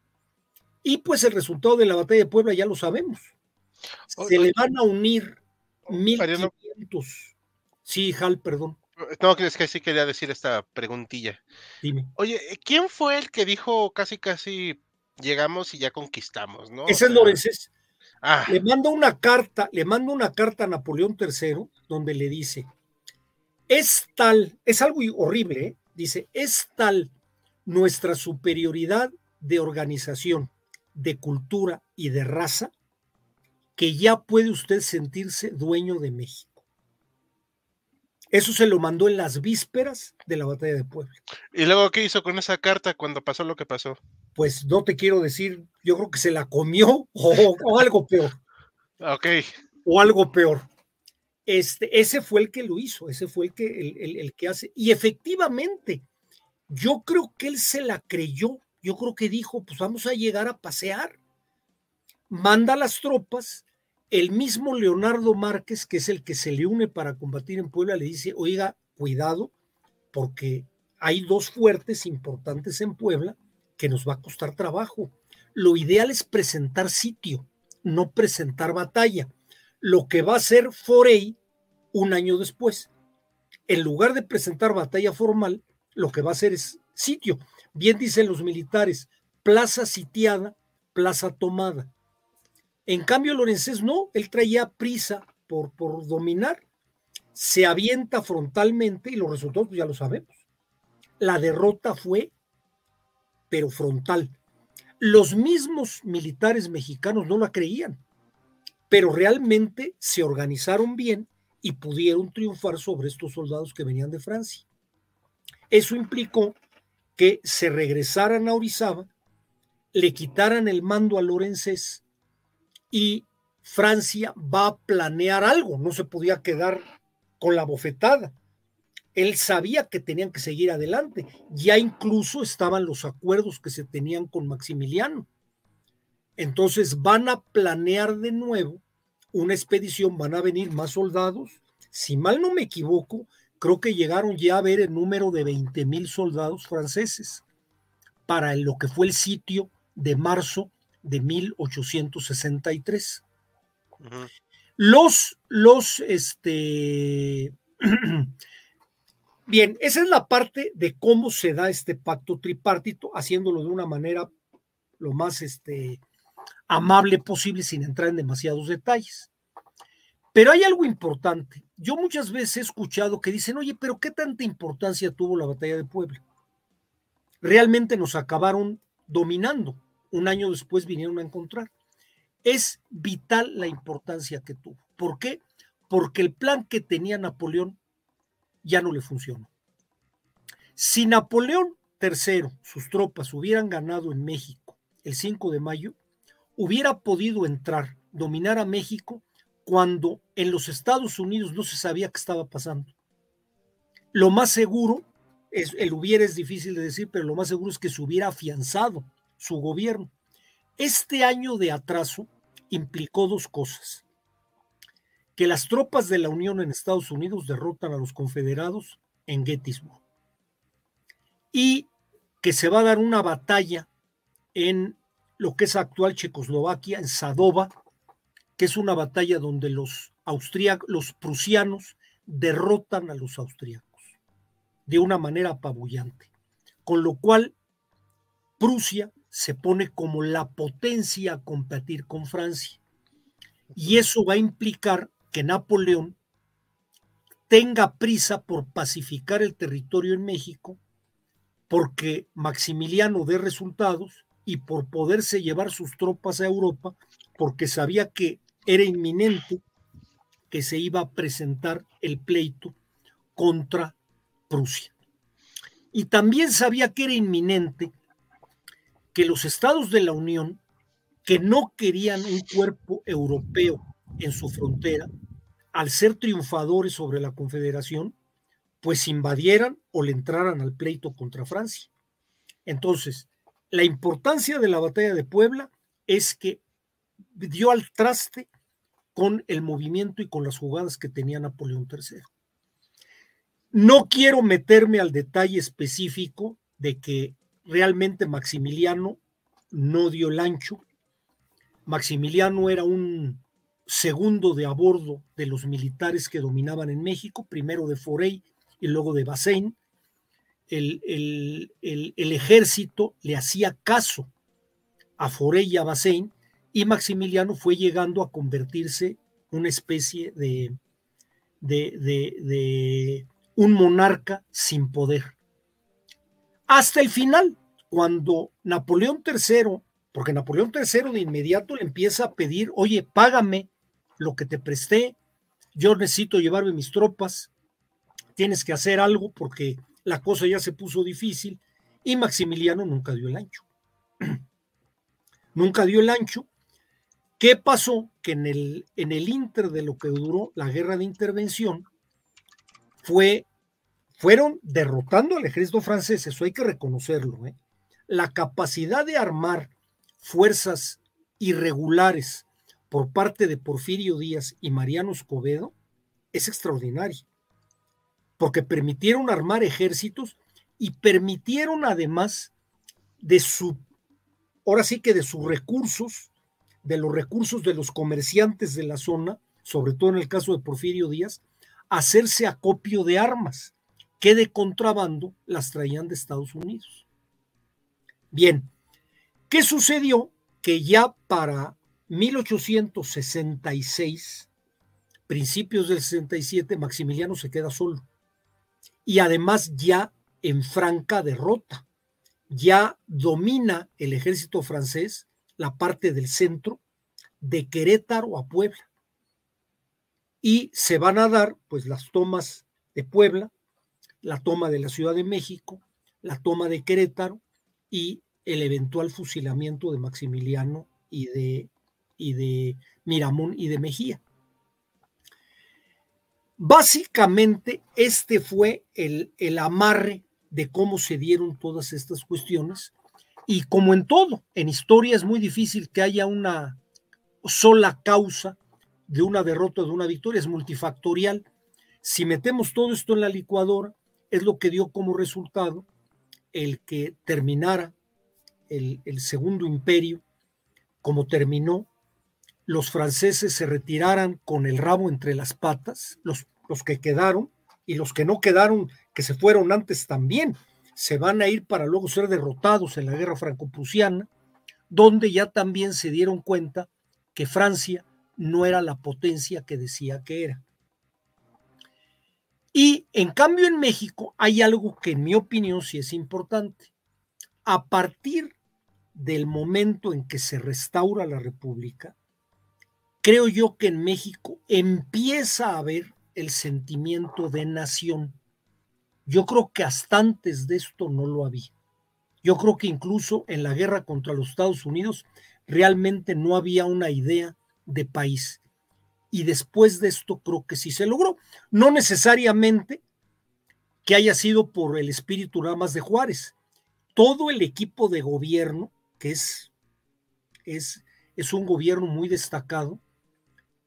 y pues el resultado de la batalla de Puebla ya lo sabemos. Se le van a unir mil quinientos. Sí, Hal, perdón. No, es que sí quería decir esta preguntilla. Dime. Oye, ¿quién fue el que dijo casi casi llegamos y ya conquistamos, no? Ese O es sea, Lorenzés. Ah. Le manda una carta, le manda una carta a Napoleón tercero, donde le dice, es tal, es algo horrible, ¿eh? Dice, es tal nuestra superioridad de organización, de cultura y de raza, que ya puede usted sentirse dueño de México. Eso se lo mandó en las vísperas de la batalla de Puebla. ¿Y luego qué hizo con esa carta cuando pasó lo que pasó? Pues no te quiero decir, yo creo que se la comió o, o algo peor. Ok. O algo peor. Este, ese fue el que lo hizo, ese fue el que, el, el, el que hace. Y efectivamente, yo creo que él se la creyó. Yo creo que dijo, pues vamos a llegar a pasear. Manda las tropas. El mismo Leonardo Márquez, que es el que se le une para combatir en Puebla, le dice, oiga, cuidado, porque hay dos fuertes importantes en Puebla que nos va a costar trabajo. Lo ideal es presentar sitio, no presentar batalla. Lo que va a hacer Forey un año después. En lugar de presentar batalla formal, lo que va a hacer es sitio. Bien dicen los militares, plaza sitiada, plaza tomada. En cambio, Lorenzés no, él traía prisa por, por dominar. Se avienta frontalmente y los resultados pues ya lo sabemos. La derrota fue, pero frontal. Los mismos militares mexicanos no la creían, pero realmente se organizaron bien y pudieron triunfar sobre estos soldados que venían de Francia. Eso implicó que se regresaran a Orizaba, le quitaran el mando a Lorenzés y Francia va a planear algo, no se podía quedar con la bofetada. Él sabía que tenían que seguir adelante, ya incluso estaban los acuerdos que se tenían con Maximiliano. Entonces van a planear de nuevo una expedición, van a venir más soldados. Si mal no me equivoco, creo que llegaron ya a ver el número de veinte mil soldados franceses para lo que fue el sitio de marzo de mil ochocientos sesenta y tres. Uh-huh. Los, los, este... Bien, esa es la parte de cómo se da este pacto tripartito, haciéndolo de una manera lo más este, amable posible, sin entrar en demasiados detalles. Pero hay algo importante. Yo muchas veces he escuchado que dicen, oye, pero ¿qué tanta importancia tuvo la batalla de Puebla? Realmente nos acabaron dominando. Un año después vinieron a encontrar. Es vital la importancia que tuvo. ¿Por qué? Porque el plan que tenía Napoleón ya no le funcionó. Si Napoleón tercero, sus tropas hubieran ganado en México el cinco de mayo, hubiera podido entrar, dominar a México cuando en los Estados Unidos no se sabía qué estaba pasando. Lo más seguro, es, el hubiera es difícil de decir, pero lo más seguro es que se hubiera afianzado su gobierno. Este año de atraso implicó dos cosas. que las tropas de la Unión en Estados Unidos derrotan a los confederados en Gettysburg y que se va a dar una batalla en lo que es actual Checoslovaquia, en Sadova, que es una batalla donde los austríacos, los prusianos derrotan a los austríacos de una manera apabullante, con lo cual Prusia se pone como la potencia a competir con Francia. Y eso va a implicar que Napoleón tenga prisa por pacificar el territorio en México, porque Maximiliano dé resultados y por poderse llevar sus tropas a Europa, porque sabía que era inminente que se iba a presentar el pleito contra Prusia. Y también sabía que era inminente que los estados de la Unión, que no querían un cuerpo europeo en su frontera, al ser triunfadores sobre la Confederación, pues invadieran o le entraran al pleito contra Francia. Entonces, la importancia de la batalla de Puebla es que dio al traste con el movimiento y con las jugadas que tenía Napoleón tercero. No quiero meterme al detalle específico de que realmente Maximiliano no dio el ancho. Maximiliano era un segundo de a bordo de los militares que dominaban en México, primero de Forey y luego de Bazaine. El, el, el, el ejército le hacía caso a Forey y a Bazaine, y Maximiliano fue llegando a convertirse en una especie de, de, de, de un monarca sin poder. Hasta el final, cuando Napoleón tercero, porque Napoleón tercero de inmediato le empieza a pedir, oye, págame lo que te presté, yo necesito llevarme mis tropas, tienes que hacer algo porque la cosa ya se puso difícil, y Maximiliano nunca dio el ancho. Nunca dio el ancho. ¿Qué pasó? Que en el, en el inter de lo que duró la guerra de intervención, fue, fueron derrotando al ejército francés, eso hay que reconocerlo, ¿eh? La capacidad de armar fuerzas irregulares por parte de Porfirio Díaz y Mariano Escobedo es extraordinaria, porque permitieron armar ejércitos y permitieron además de su, ahora sí que de sus recursos, de los recursos de los comerciantes de la zona, sobre todo en el caso de Porfirio Díaz, hacerse acopio de armas que de contrabando las traían de Estados Unidos. Bien, ¿qué sucedió? Que ya para mil ochocientos sesenta y seis, principios del sesenta y siete, Maximiliano se queda solo. Y además ya en franca derrota. Ya domina el ejército francés la parte del centro, de Querétaro a Puebla. Y se van a dar pues las tomas de Puebla, la toma de la Ciudad de México, la toma de Querétaro y el eventual fusilamiento de Maximiliano y de, y de Miramón y de Mejía. Básicamente este fue el, el amarre de cómo se dieron todas estas cuestiones, y como en todo, en historia es muy difícil que haya una sola causa de una derrota o de una victoria, es multifactorial. Si metemos todo esto en la licuadora, es lo que dio como resultado el que terminara el, el Segundo Imperio como terminó, los franceses se retiraran con el rabo entre las patas, los, los que quedaron, y los que no quedaron, que se fueron antes también, se van a ir para luego ser derrotados en la guerra franco-prusiana, donde ya también se dieron cuenta que Francia no era la potencia que decía que era. Y en cambio en México hay algo que en mi opinión sí es importante. A partir del momento en que se restaura la República, creo yo que en México empieza a haber el sentimiento de nación. Yo creo que hasta antes de esto no lo había. Yo creo que incluso en la guerra contra los Estados Unidos realmente no había una idea de país. Y después de esto creo que sí se logró. No necesariamente que haya sido por el espíritu nada más de Juárez. Todo el equipo de gobierno, que es, es, es un gobierno muy destacado,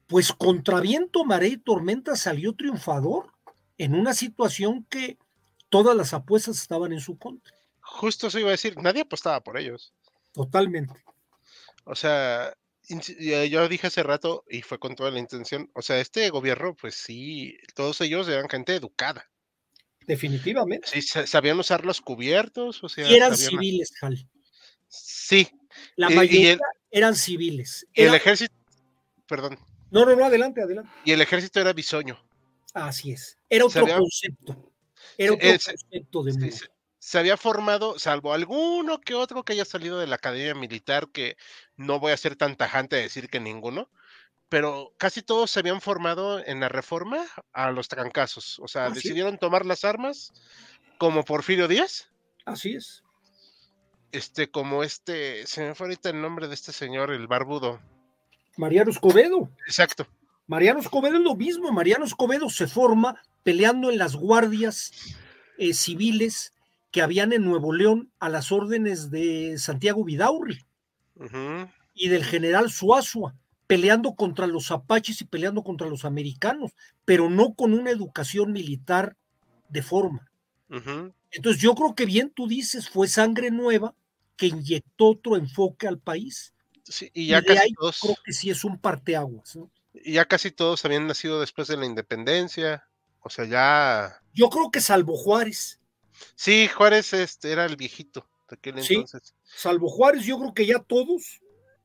pues contra viento, marea y tormenta salió triunfador en una situación que todas las apuestas estaban en su contra. Justo eso iba a decir, nadie apostaba por ellos. Totalmente. O sea, yo dije hace rato, y fue con toda la intención, o sea, este gobierno, pues sí, todos ellos eran gente educada. Definitivamente. Sí, sabían usar los cubiertos, o sea, y eran sabían... civiles, Hal. Sí. La y, mayoría y el, eran civiles. Y era... el ejército, perdón. No, no, no, adelante, adelante. Y el ejército era bisoño. Así es. Era otro había... concepto. Era sí, otro el, concepto de sí, se, se había formado, salvo alguno que otro que haya salido de la academia militar, que no voy a ser tan tajante de decir que ninguno, pero casi todos se habían formado en la reforma a los trancazos. O sea, ¿Ah, decidieron sí? tomar las armas como Porfirio Díaz. Así es. Este, como este, se me fue ahorita el nombre de este señor, el barbudo. Mariano Escobedo. Exacto. Mariano Escobedo es lo mismo. Mariano Escobedo se forma peleando en las guardias eh, civiles que habían en Nuevo León a las órdenes de Santiago Vidaurri uh-huh. y del general Suazua, peleando contra los apaches y peleando contra los americanos, pero no con una educación militar de forma. Uh-huh. Entonces yo creo que bien tú dices, fue sangre nueva que inyectó otro enfoque al país. Sí, y ya y de casi ahí todos, creo que sí es un parteaguas, ¿no? Y ya casi todos habían nacido después de la independencia. O sea, ya... Yo creo que salvo Juárez. Sí, Juárez este, era el viejito de aquel sí, entonces. Salvo Juárez, yo creo que ya todos.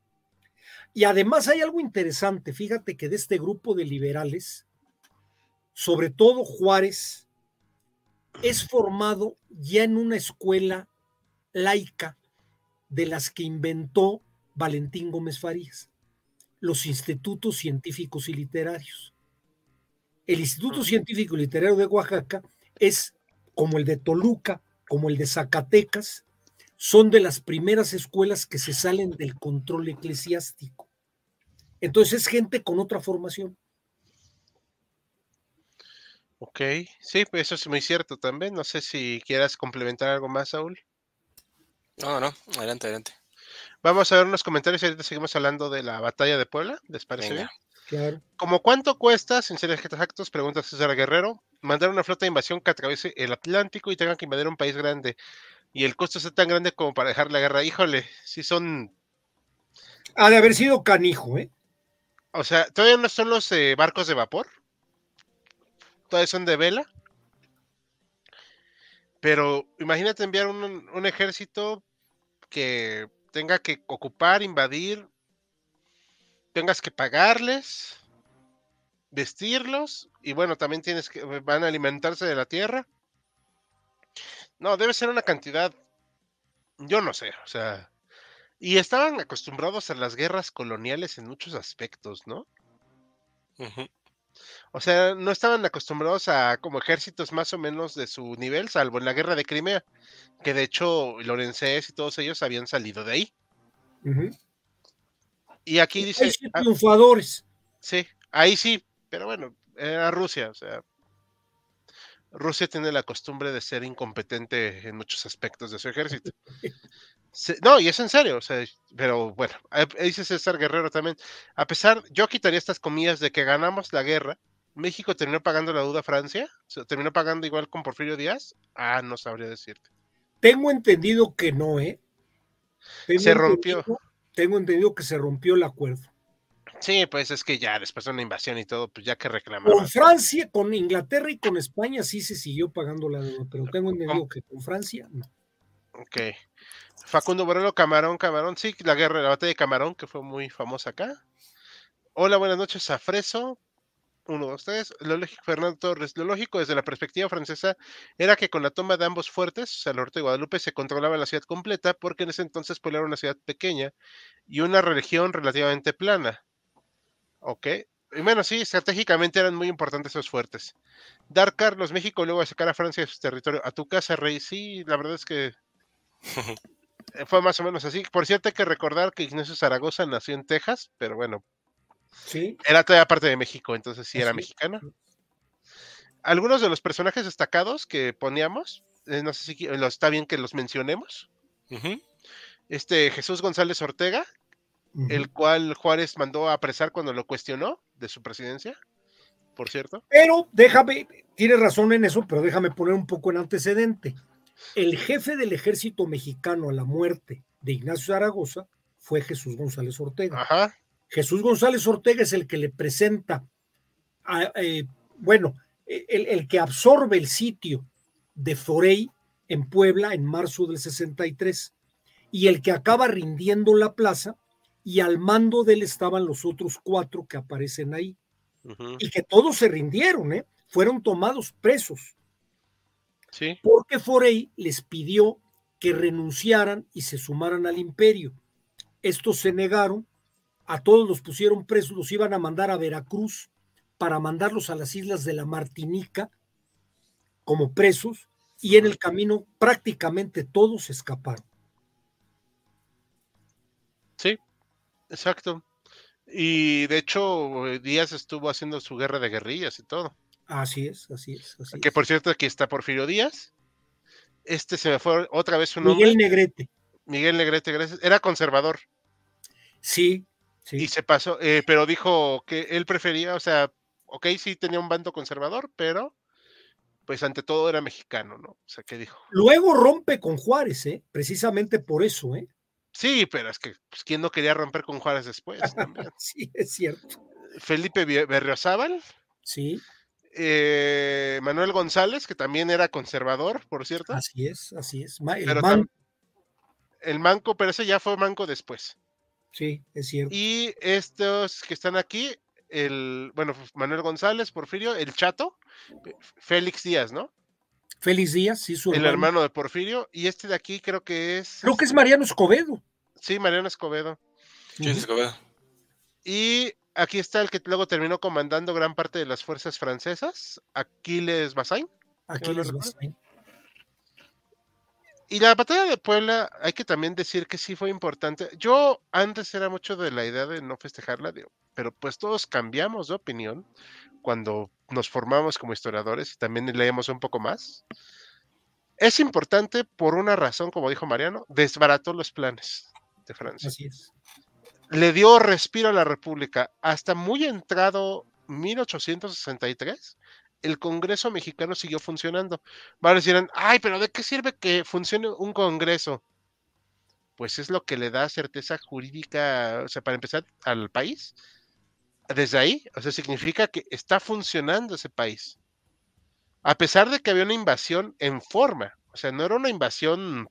Y además hay algo interesante, fíjate que de este grupo de liberales, sobre todo Juárez, es formado ya en una escuela laica de las que inventó Valentín Gómez Farías, los institutos científicos y literarios. El Instituto Científico y Literario de Oaxaca es como el de Toluca, como el de Zacatecas, son de las primeras escuelas que se salen del control eclesiástico. Entonces es gente con otra formación. Ok, sí, pues eso es muy cierto también. No sé si quieras complementar algo más, Saúl. No, no, adelante, adelante. Vamos a ver unos comentarios y ahorita seguimos hablando de la batalla de Puebla. ¿Les parece Venga. bien? Claro. ¿Cómo cuánto cuesta, sin ser exactos, pregunta César Guerrero, mandar una flota de invasión que atraviese el Atlántico y tenga que invadir un país grande? Y el costo es tan grande como para dejar la guerra. Híjole, sí son... Ha de haber sido canijo, ¿eh? O sea, todavía no son los eh, barcos de vapor. Todavía son de vela. Pero imagínate enviar un, un ejército que tenga que ocupar, invadir, tengas que pagarles, vestirlos, y bueno, también tienes que, van a alimentarse de la tierra. No, debe ser una cantidad, yo no sé, o sea, y estaban acostumbrados a las guerras coloniales en muchos aspectos, ¿no? Uh-huh. O sea, no estaban acostumbrados a como ejércitos más o menos de su nivel, salvo en la guerra de Crimea, que de hecho Lorenzés y todos ellos habían salido de ahí. Uh-huh. Y aquí dice... Hay sí, triunfadores. Ah, sí, ahí sí, pero bueno, era Rusia, o sea... Rusia tiene la costumbre de ser incompetente en muchos aspectos de su ejército. Se, no, y es en serio, o sea, pero bueno, dice César Guerrero también. A pesar, yo quitaría estas comillas de que ganamos la guerra. ¿México terminó pagando la deuda a Francia? ¿Terminó pagando igual con Porfirio Díaz? Ah, no sabría decirte. Tengo entendido que no, ¿eh? Tengo se rompió. Entendido, tengo entendido que se rompió el acuerdo. Sí, pues es que ya después de una invasión y todo, pues ya que reclamaban. Con Francia, con Inglaterra y con España sí se siguió pagando la deuda, pero tengo entendido que con Francia no. Ok. Facundo Borrello, Camarón, Camarón, sí, la guerra, la batalla de Camarón, que fue muy famosa acá. Hola, buenas noches a Freso. Uno, dos, tres. Lo lógico, Fernando Torres. Lo lógico desde la perspectiva francesa era que con la toma de ambos fuertes, o sea, el norte de Guadalupe, se controlaba la ciudad completa, porque en ese entonces Puebla era una ciudad pequeña y una región relativamente plana. Ok. Y bueno, sí, estratégicamente eran muy importantes esos fuertes. Dar Carlos, México, luego de sacar a Francia de su territorio. A tu casa, Rey. Sí, la verdad es que fue más o menos así. Por cierto, hay que recordar que Ignacio Zaragoza nació en Texas, pero bueno, sí, era todavía parte de México, entonces sí así era es. mexicana. Algunos de los personajes destacados que poníamos, eh, no sé si lo, está bien que los mencionemos. Uh-huh. Este Jesús González Ortega, uh-huh. el cual Juárez mandó a apresar cuando lo cuestionó, de su presidencia, por cierto. Pero déjame, tienes razón en eso, pero déjame poner un poco en antecedente. El jefe del ejército mexicano a la muerte de Ignacio Zaragoza fue Jesús González Ortega. Ajá. Jesús González Ortega es el que le presenta, a, eh, bueno, el, el que absorbe el sitio de Forey en Puebla en marzo del sesenta y tres y el que acaba rindiendo la plaza, y al mando de él estaban los otros cuatro que aparecen ahí. Uh-huh. Y que todos se rindieron, ¿eh? Fueron tomados presos. Sí. Porque Forey les pidió que renunciaran y se sumaran al imperio. Estos se negaron, a todos los pusieron presos, los iban a mandar a Veracruz para mandarlos a las islas de la Martinica como presos, y en el camino prácticamente todos escaparon. Sí, exacto. Y de hecho, Díaz estuvo haciendo su guerra de guerrillas y todo. Así es, así es. Así que por es. cierto, aquí está Porfirio Díaz. Este se me fue otra vez su nombre. Miguel Negrete. Miguel Negrete, gracias. Era conservador. Sí, sí. Y se pasó, eh, pero dijo que él prefería, o sea, ok, sí tenía un bando conservador, pero pues ante todo era mexicano, ¿no? O sea, ¿qué dijo? Luego rompe con Juárez, ¿eh? Precisamente por eso, ¿eh? Sí, pero es que, pues, ¿quién no quería romper con Juárez después también? Sí, es cierto. Felipe Berriozábal. Sí. Eh, Manuel González, que también era conservador, por cierto. Así es, así es. El, pero man... el manco, pero ese ya fue manco después. Sí, es cierto. Y estos que están aquí, el, bueno, Manuel González, Porfirio, el Chato, Félix Díaz, ¿no? Félix Díaz, sí, su el hermano. hermano de Porfirio, y este de aquí creo que es... Creo que es Mariano Escobedo. Sí, Mariano Escobedo. ¿Quién es Escobedo? Y aquí está el que luego terminó comandando gran parte de las fuerzas francesas, Aquiles Bazaine. Aquiles Bazaine. Y la batalla de Puebla, hay que también decir que sí fue importante. Yo antes era mucho de la idea de no festejarla, digo, pero pues todos cambiamos de opinión cuando nos formamos como historiadores y también leemos un poco más. Es importante por una razón, como dijo Mariano, desbarató los planes de Francia. Así es. Le dio respiro a la República. Hasta muy entrado mil ochocientos sesenta y tres, el Congreso mexicano siguió funcionando. Van a decir, ay, pero ¿de qué sirve que funcione un Congreso? Pues es lo que le da certeza jurídica, o sea, para empezar, al país. Desde ahí, o sea, significa que está funcionando ese país. A pesar de que había una invasión en forma, o sea, no era una invasión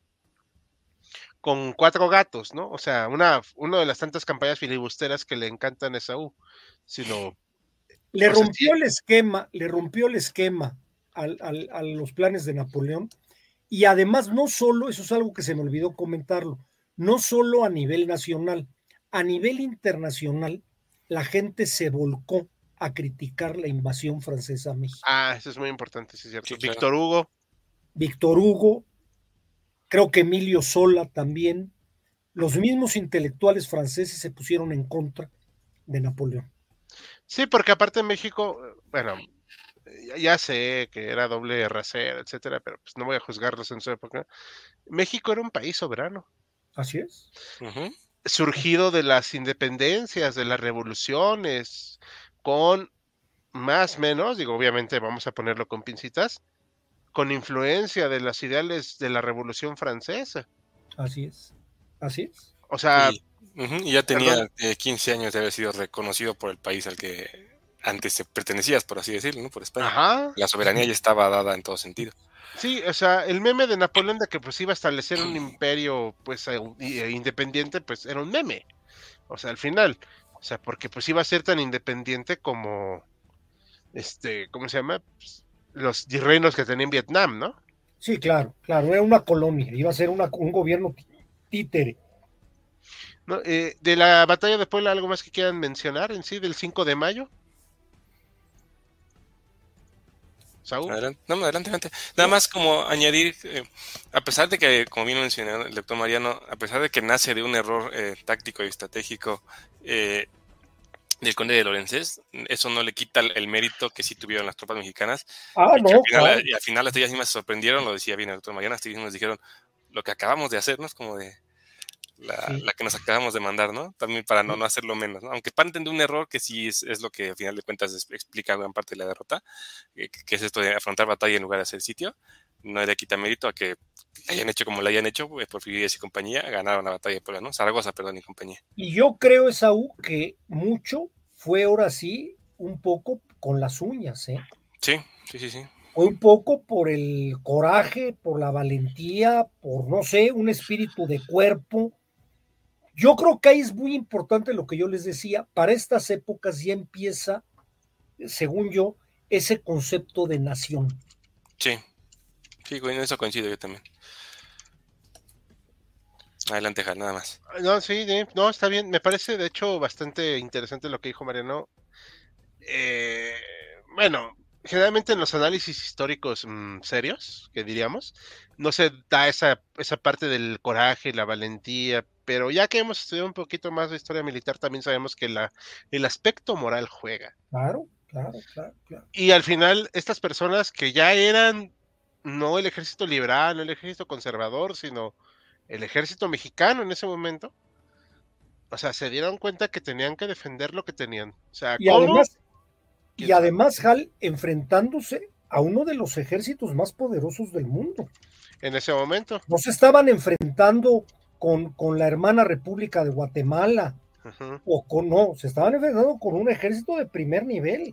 con cuatro gatos, ¿no? O sea, una, una de las tantas campañas filibusteras que le encantan a Esaú, sino... Le rompió sea, sí. el esquema, le rompió el esquema al, al, a los planes de Napoleón, y además no solo, eso es algo que se me olvidó comentarlo, no solo a nivel nacional, a nivel internacional, la gente se volcó a criticar la invasión francesa a México. Ah, eso es muy importante, sí es cierto. Sí, claro. Víctor Hugo. Víctor Hugo, creo que Emilio Zola también, los mismos intelectuales franceses se pusieron en contra de Napoleón. Sí, porque aparte en México, bueno, ya, ya sé que era doble rasero, etcétera, pero pues no voy a juzgarlos en su época. México era un país soberano. Así es. Uh-huh. Surgido de las independencias, de las revoluciones, con más o menos, digo, obviamente vamos a ponerlo con pincitas, con influencia de los ideales de la Revolución Francesa. Así es, así es. O sea... Y, uh-huh, y ya tenía eh, quince años de haber sido reconocido por el país al que antes pertenecías, por así decirlo, ¿no? Por España. Ajá. La soberanía ya estaba dada en todo sentido. Sí, o sea, el meme de Napoleón de que pues iba a establecer un imperio pues independiente, pues era un meme. O sea, al final, o sea, porque pues iba a ser tan independiente como este, ¿cómo se llama? Pues, los reinos que tenía en Vietnam, ¿no? Sí, claro, claro, era una colonia, iba a ser una, un gobierno títere. ¿No? Eh, de la batalla de Puebla, ¿algo más que quieran mencionar en sí, del cinco de mayo? ¿Saúl? Adelante, no, adelante, adelante. Nada más como añadir, eh, a pesar de que, como bien mencionó el doctor Mariano, a pesar de que nace de un error eh, táctico y estratégico eh, del conde de Lorenzés, eso no le quita el, el mérito que sí tuvieron las tropas mexicanas. Ah, y no, al final, claro. Y al final las ellas mismas se sorprendieron, lo decía bien el doctor Mariano, hasta ellos nos dijeron, lo que acabamos de hacer, ¿no? Es como de, la, Sí. la que nos acabamos de mandar, ¿no? También para no, no hacerlo menos, ¿no? Aunque parten de un error que sí es, es lo que al final de cuentas es- explica gran parte de la derrota, eh, que, que es esto de afrontar batalla en lugar de hacer sitio. No le quita mérito a que hayan hecho como lo hayan hecho, pues, Porfirio y compañía ganaron la batalla de Puebla, ¿no? Zaragoza, perdón, y compañía. Y yo creo, Esaú, que mucho fue ahora sí un poco con las uñas, ¿eh? Sí, sí, sí, sí. Fue un poco por el coraje, por la valentía, por, no sé, un espíritu de cuerpo. Yo creo que ahí es muy importante lo que yo les decía. Para estas épocas ya empieza, según yo, ese concepto de nación. Sí, sí, en eso coincido yo también. Adelante, Jal, nada más. No, sí, sí, no, está bien. Me parece, de hecho, bastante interesante lo que dijo Mariano. Eh, bueno, generalmente en los análisis históricos mmm, serios, que diríamos, no se da esa, esa parte del coraje, la valentía, pero ya que hemos estudiado un poquito más de historia militar, también sabemos que la, el aspecto moral juega. Claro, claro, claro, claro. Y al final, estas personas que ya eran no el ejército liberal, no el ejército conservador, sino el ejército mexicano en ese momento, o sea, se dieron cuenta que tenían que defender lo que tenían. O sea, Y ¿cómo? además, y ¿Quién sabe? además, Hal, enfrentándose a uno de los ejércitos más poderosos del mundo. En ese momento. No se estaban enfrentando con, con la hermana República de Guatemala, Ujú. o con, no, se estaban enfrentando con un ejército de primer nivel.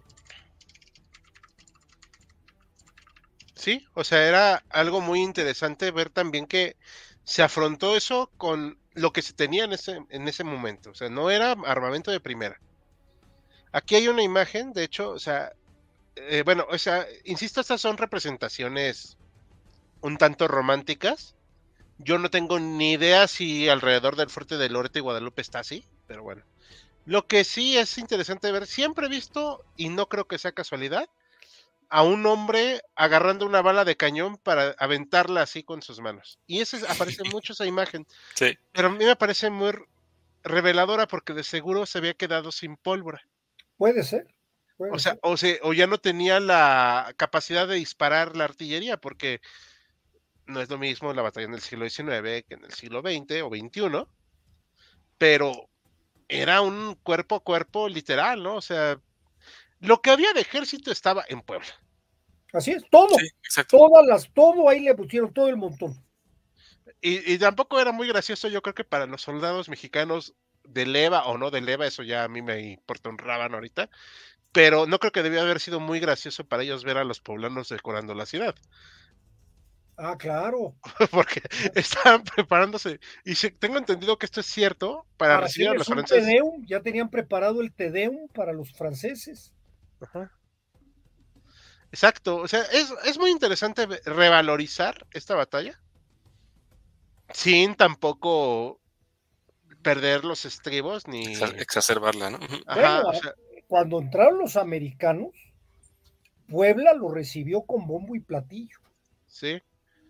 Sí, o sea, era algo muy interesante ver también que se afrontó eso con lo que se tenía en ese, en ese momento. O sea, no era armamento de primera. Aquí hay una imagen, de hecho, o sea, eh, bueno, o sea, insisto, estas son representaciones un tanto románticas. Yo no tengo ni idea si alrededor del fuerte de Loreto y Guadalupe está así, pero bueno. Lo que sí es interesante ver, siempre he visto, y no creo que sea casualidad, a un hombre agarrando una bala de cañón para aventarla así con sus manos. Y ese aparece mucho esa imagen. Sí. Pero a mí me parece muy reveladora porque de seguro se había quedado sin pólvora. Puede ser, puede O sea, ser. o, se, o ya no tenía la capacidad de disparar la artillería porque no es lo mismo la batalla en el siglo diecinueve que en el siglo veinte o veintiuno, pero era un cuerpo a cuerpo literal, ¿no? O sea, lo que había de ejército estaba en Puebla. Así es, todo, Sí, exacto. todas las, todo ahí le pusieron, todo el montón. Y, y tampoco era muy gracioso, yo creo que para los soldados mexicanos de leva o no de leva, eso ya a mí me importa un rábano ahorita, pero no creo que debió haber sido muy gracioso para ellos ver a los poblanos decorando la ciudad, Ah, claro. porque estaban preparándose, y si, tengo entendido que esto es cierto, para Para recibir a hacerles los un franceses. Tedeum, ya tenían preparado el Tedeum para los franceses. Ajá. Exacto, o sea, es, es muy interesante revalorizar esta batalla, sin tampoco perder los estribos, ni... Exacerbarla, ¿no? Bueno, Ajá, o sea, cuando entraron los americanos, Puebla lo recibió con bombo y platillo. sí.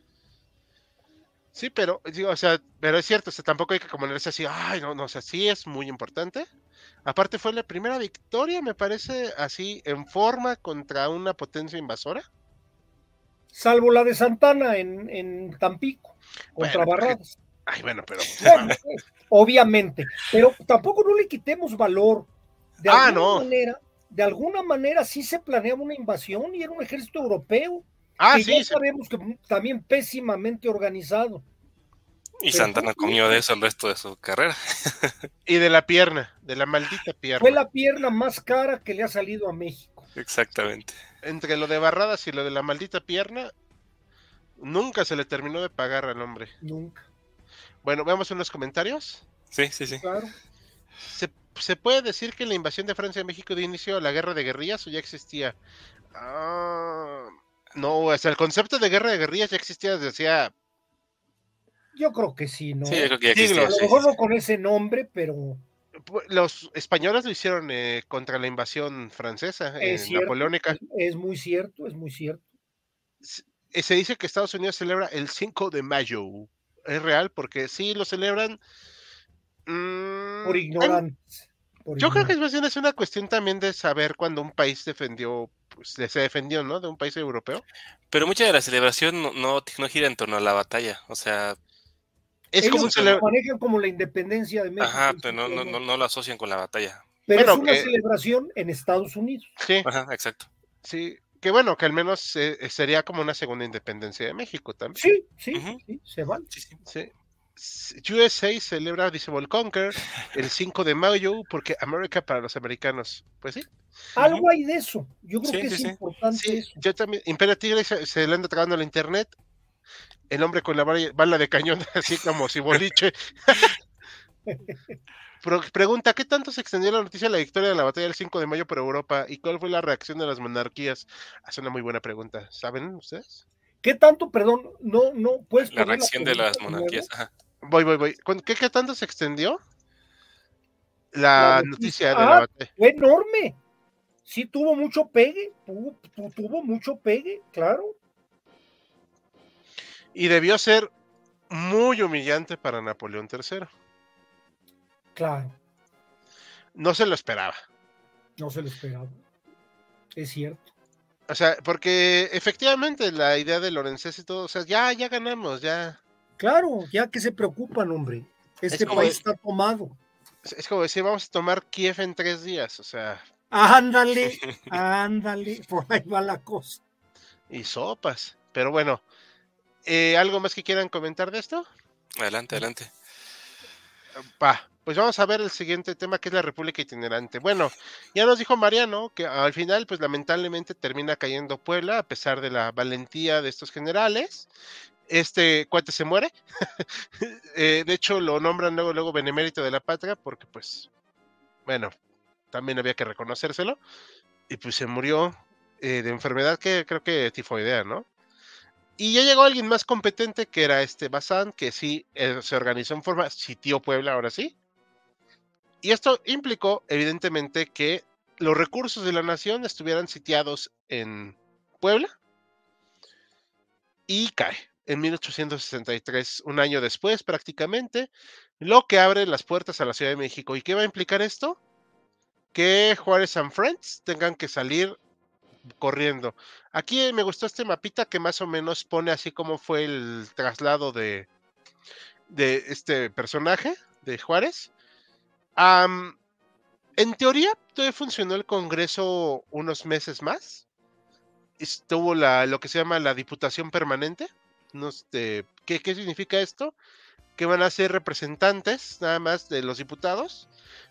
Sí, pero, digo, o sea, pero es cierto, o sea, tampoco hay que ponerse así, ay, no, no, o sea, sí es muy importante. Aparte fue la primera victoria, me parece, así, en forma contra una potencia invasora. Salvo la de Santana en, en Tampico, contra Bueno, pero, Barradas. ay, bueno, pero, Bueno, obviamente, pero tampoco no le quitemos valor. De ah, alguna no, manera, de alguna manera sí se planeaba una invasión y era un ejército europeo ah, que ya sí, sí, sabemos que también pésimamente organizado. Y Pero fue, Santana comió de eso el resto de su carrera. y de la pierna, de la maldita fue pierna. la pierna más cara que le ha salido a México. Exactamente. Entre lo de Barradas y lo de la maldita pierna, nunca se le terminó de pagar al hombre. Nunca. Bueno, veamos unos comentarios. Sí, sí, sí. Claro. ¿Se, ¿Se puede decir que la invasión de Francia a México dio inicio a la guerra de guerrillas o ya existía? Ah, no, o sea, el concepto de guerra de guerrillas ya existía desde hacía Yo creo que sí, ¿no? Sí, yo creo que ya Siglos. existía. A lo Sí, mejor sí, no sí. con ese nombre, pero los españoles lo hicieron eh, contra la invasión francesa, es eh, cierto, napoleónica. es, es muy cierto, es muy cierto. Se, se dice que Estados Unidos celebra el cinco de mayo. Es real porque sí lo celebran. Por Mm, hay- ignorantes. Por yo creo que ignorantes. es más bien es una cuestión también de saber cuando un país defendió, pues se defendió, ¿no? De un país europeo. Pero mucha de la celebración no, no, no gira en torno a la batalla. O sea, Es como un Ellos cele- lo manejan como la independencia de México. Ajá, pero no, no, no, no lo asocian con la batalla. Pero Bueno, es una que- celebración en Estados Unidos. Sí, Ajá, exacto. sí. Que bueno, que al menos eh, sería como una segunda independencia de México también. Sí, sí, Ujú. sí, se van. Sí, sí. Sí. S- U S A celebra Divisible Conquer el cinco de mayo porque América para los americanos. Pues sí. Algo hay de eso. Yo creo Sí, que sí, es sí. importante Sí, eso. yo también. Imperio Tigre se, se le anda tragando la internet. El hombre con la bala, bala de cañón, así como si boliche. Pro- pregunta, ¿qué tanto se extendió la noticia de la victoria de la batalla del cinco de mayo por Europa? ¿Y cuál fue la reacción de las monarquías? Es una muy buena pregunta. ¿Saben ustedes? ¿Qué tanto, perdón, no, no puedes La poner reacción de pregunta las nuevo? monarquías. Ajá. Voy, voy, voy. ¿Con ¿Qué, qué tanto se extendió La la noticia. noticia de la Ah, batalla? fue enorme. Sí tuvo mucho pegue, tuvo, tu- tuvo mucho pegue, claro. Y debió ser muy humillante para Napoleón tercero. Claro, No se lo esperaba. no se lo esperaba. Es cierto. O sea, porque efectivamente la idea de Lorenzés y todo, o sea, ya, ya ganamos, ya. Claro, ya que se preocupan, hombre. Este como- país está tomado. Es, es como decir, vamos a tomar Kiev en tres días, o sea, Ándale, ándale, por ahí va la cosa. y sopas. Pero bueno, eh, ¿algo más que quieran comentar de esto? Adelante, adelante. Va, pues vamos a ver el siguiente tema que es la República Itinerante. Bueno, ya nos dijo Mariano que al final, pues lamentablemente termina cayendo Puebla a pesar de la valentía de estos generales. Este cuate se muere. eh, de hecho, lo nombran luego, luego benemérito de la patria porque, pues, bueno, también había que reconocérselo. Y pues se murió eh, de enfermedad que creo que tifoidea, ¿no? Y ya llegó alguien más competente que era este Bazán, que sí eh, se organizó en forma, sitió Puebla ahora sí. Y esto implicó, evidentemente, que los recursos de la nación estuvieran sitiados en Puebla y cae en mil ochocientos sesenta y tres, un año después prácticamente, lo que abre las puertas a la Ciudad de México. ¿Y qué va a implicar esto? Que Juárez and Friends tengan que salir corriendo. Aquí me gustó este mapita que más o menos pone así como fue el traslado de, de este personaje, de Juárez. Um, en teoría, todavía funcionó el Congreso unos meses más. Estuvo la, lo que se llama la Diputación Permanente. No, este, ¿qué, ¿Qué significa esto? Que van a ser representantes nada más de los diputados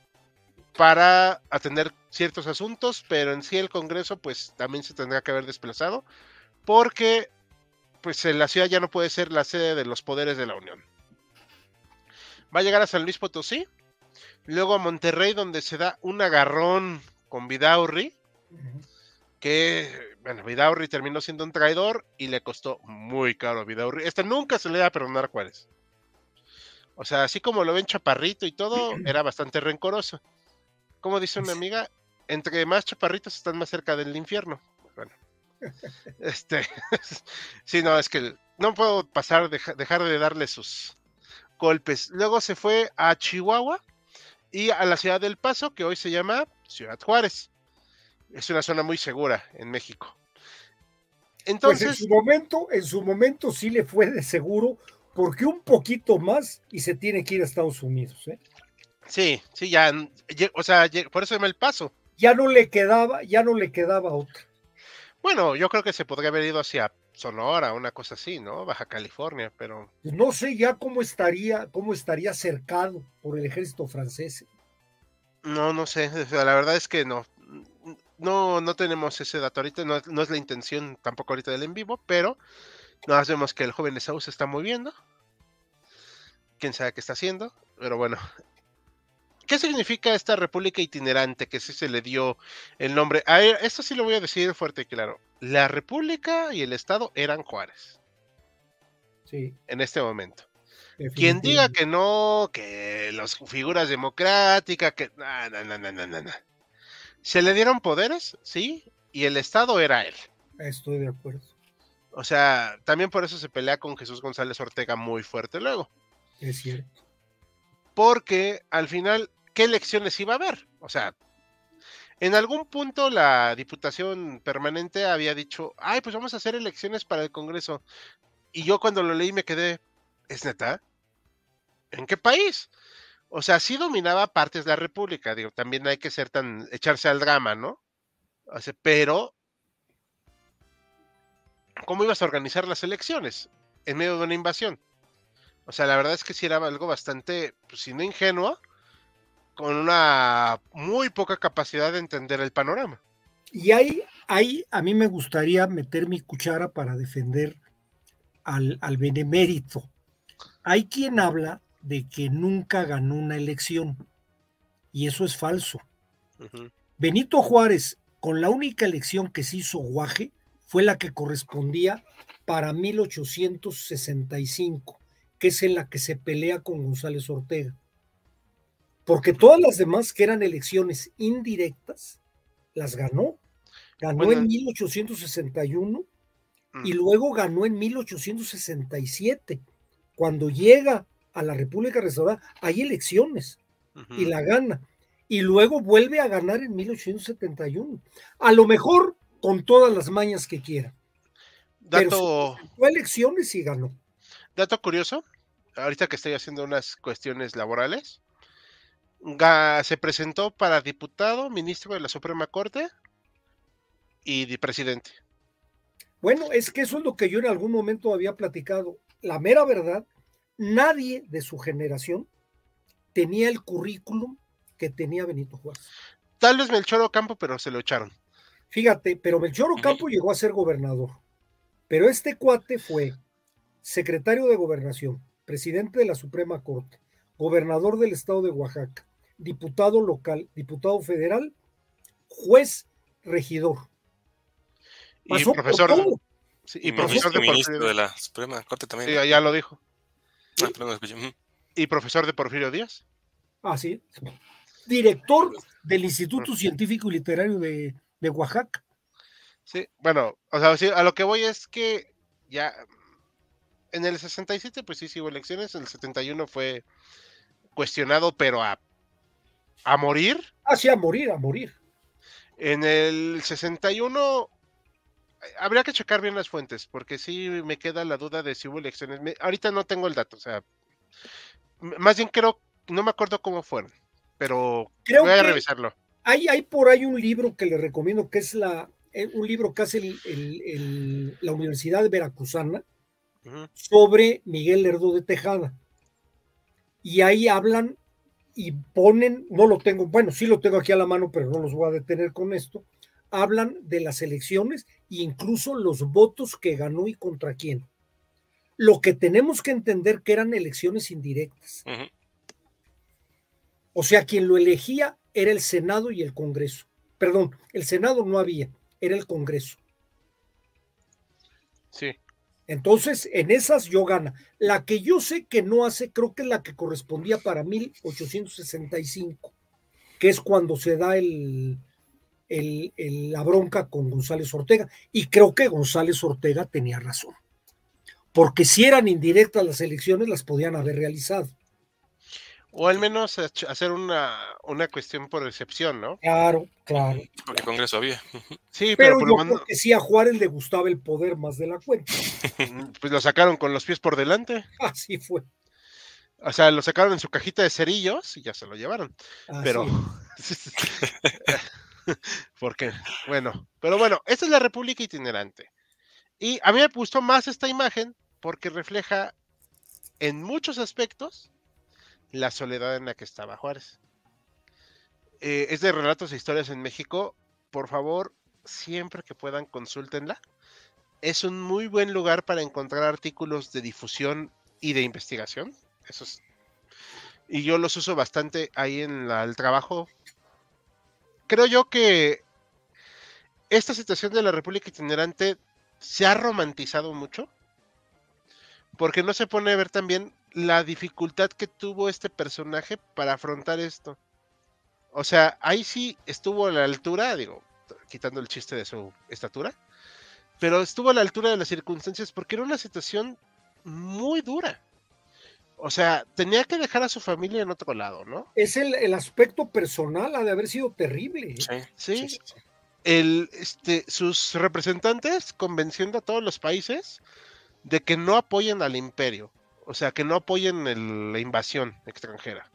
para atender ciertos asuntos, pero en sí el Congreso pues también se tendrá que haber desplazado porque pues la ciudad ya no puede ser la sede de los poderes de la Unión. Va a llegar a San Luis Potosí, luego a Monterrey donde se da un agarrón con Vidaurri, uh-huh. que bueno, Vidaurri terminó siendo un traidor y le costó muy caro a Vidaurri. Este nunca se le iba a perdonar a Juárez. O sea, así como lo ven chaparrito y todo, era bastante rencoroso. Como dice una amiga, entre más chaparritos están más cerca del infierno. Bueno, este, sí, no, es que no puedo pasar, deja, dejar de darle sus golpes. Luego se fue a Chihuahua y a la ciudad del Paso, que hoy se llama Ciudad Juárez. Es una zona muy segura en México. Entonces, pues en su momento, en su momento sí le fue de seguro, porque un poquito más y se tiene que ir a Estados Unidos, ¿eh? Sí, sí, ya, o sea, por eso se llama El Paso. Ya no le quedaba, ya no le quedaba otra. Bueno, yo creo que se podría haber ido hacia Sonora, una cosa así, ¿no? Baja California, pero... No sé ya cómo estaría, cómo estaría cercado por el ejército francés. No, no sé, la verdad es que no, no, no tenemos ese dato ahorita, no, no es la intención tampoco ahorita del en vivo, pero nada más vemos que el joven Esaú se está moviendo. Quién sabe qué está haciendo, pero bueno. ¿Qué significa esta república itinerante que sí se le dio el nombre? A ver, esto sí lo voy a decir fuerte y claro. La república y el estado eran Juárez. Sí. En este momento. Quien diga que no, que las figuras democráticas, que... No, no, no, no, no, no. Se le dieron poderes, sí, y el estado era él. Estoy de acuerdo. O sea, también por eso se pelea con Jesús González Ortega muy fuerte luego. Es cierto. Porque al final, ¿qué elecciones iba a haber? O sea, en algún punto la Diputación Permanente había dicho, ay, pues vamos a hacer elecciones para el Congreso. Y yo cuando lo leí me quedé, ¿es neta? ¿En qué país? O sea, sí dominaba partes de la República, digo, también hay que ser tan, echarse al drama, ¿no? O sea, pero, ¿cómo ibas a organizar las elecciones en medio de una invasión? O sea, la verdad es que sí era algo bastante, pues, si no ingenuo, con una muy poca capacidad de entender el panorama. Y ahí, ahí a mí me gustaría meter mi cuchara para defender al, al benemérito. Hay quien habla de que nunca ganó una elección, y eso es falso. Uh-huh. Benito Juárez, con la única elección que se hizo guaje, fue la que correspondía para mil ochocientos sesenta y cinco, que es en la que se pelea con González Ortega. Porque todas las demás, que eran elecciones indirectas, las ganó. Ganó bueno. en mil ochocientos sesenta y uno uh-huh. y luego ganó en mil ochocientos sesenta y siete. Cuando llega a la República Restaurada, hay elecciones uh-huh. y la gana. Y luego vuelve a ganar en mil ochocientos setenta y uno. A lo mejor con todas las mañas que quiera. Dato... Pero fue elecciones y ganó. Dato curioso, ahorita que estoy haciendo unas cuestiones laborales, se presentó para diputado, ministro de la Suprema Corte y presidente. Bueno, es que eso es lo que yo en algún momento había platicado. La mera verdad, nadie de su generación tenía el currículum que tenía Benito Juárez. Tal vez Melchor Ocampo, pero se lo echaron. Fíjate, pero Melchor Ocampo uh-huh. llegó a ser gobernador. Pero este cuate fue secretario de Gobernación, presidente de la Suprema Corte, gobernador del estado de Oaxaca, diputado local, diputado federal, juez, regidor. Pasó y profesor, por todo. Sí, y, y profesor de ministro de la Suprema Corte también. Sí, ya lo dijo. Ah, pero no escuché. Y profesor de Porfirio Díaz. Ah, sí. Director del Instituto uh-huh. Científico y Literario de, de Oaxaca. Sí, bueno, o sea, sí, a lo que voy es que ya en el sesenta y siete pues sí, sí hubo elecciones, en el setenta y uno fue cuestionado, pero a, a morir. Ah, sí, a morir, a morir. En el sesenta y uno habría que checar bien las fuentes, porque sí me queda la duda de si hubo elecciones. Me, ahorita no tengo el dato, o sea, más bien creo, no me acuerdo cómo fueron, pero creo voy a que revisarlo. Hay, hay por ahí un libro que le recomiendo, que es la, un libro que hace el, el, el, la Universidad Veracruzana uh-huh. sobre Miguel Lerdo de Tejada. Y ahí hablan y ponen, no lo tengo, bueno, sí lo tengo aquí a la mano, pero no los voy a detener con esto. Hablan de las elecciones e incluso los votos que ganó y contra quién. Lo que tenemos que entender que eran elecciones indirectas. Uh-huh. O sea, quien lo elegía era el Senado y el Congreso. Perdón, el Senado no había, era el Congreso. Sí. Entonces, en esas yo gana. La que yo sé que no hace, creo que es la que correspondía para mil ochocientos sesenta y cinco, que es cuando se da el, el, el, la bronca con González Ortega. Y creo que González Ortega tenía razón. Porque si eran indirectas las elecciones, las podían haber realizado. O al menos hacer una, una cuestión por excepción, ¿no? Claro, claro. Porque el Congreso había. Sí, pero, pero por yo mando... creo que sí a Juárez le gustaba el poder más de la cuenta. Pues lo sacaron con los pies por delante. Así fue. O sea, lo sacaron en su cajita de cerillos y ya se lo llevaron. Así pero... Porque, bueno, pero bueno, esta es la República Itinerante. Y a mí me gustó más esta imagen porque refleja en muchos aspectos la soledad en la que estaba Juárez. Eh, es de Relatos e Historias en México. Por favor, siempre que puedan, consúltenla. Es un muy buen lugar para encontrar artículos de difusión y de investigación. Eso es... Y yo los uso bastante ahí en la, el trabajo. Creo yo que esta situación de la República Itinerante se ha romantizado mucho, porque no se pone a ver también la dificultad que tuvo este personaje para afrontar esto. O sea, ahí sí estuvo a la altura, digo, quitando el chiste de su estatura, pero estuvo a la altura de las circunstancias porque era una situación muy dura. O sea, tenía que dejar a su familia en otro lado, ¿no? Es el, el aspecto personal, ha de haber sido terrible. ¿eh? Sí, sí. sí, sí. El, este, sus representantes convenciendo a todos los países de que no apoyen al imperio. O sea, que no apoyen el, la invasión extranjera.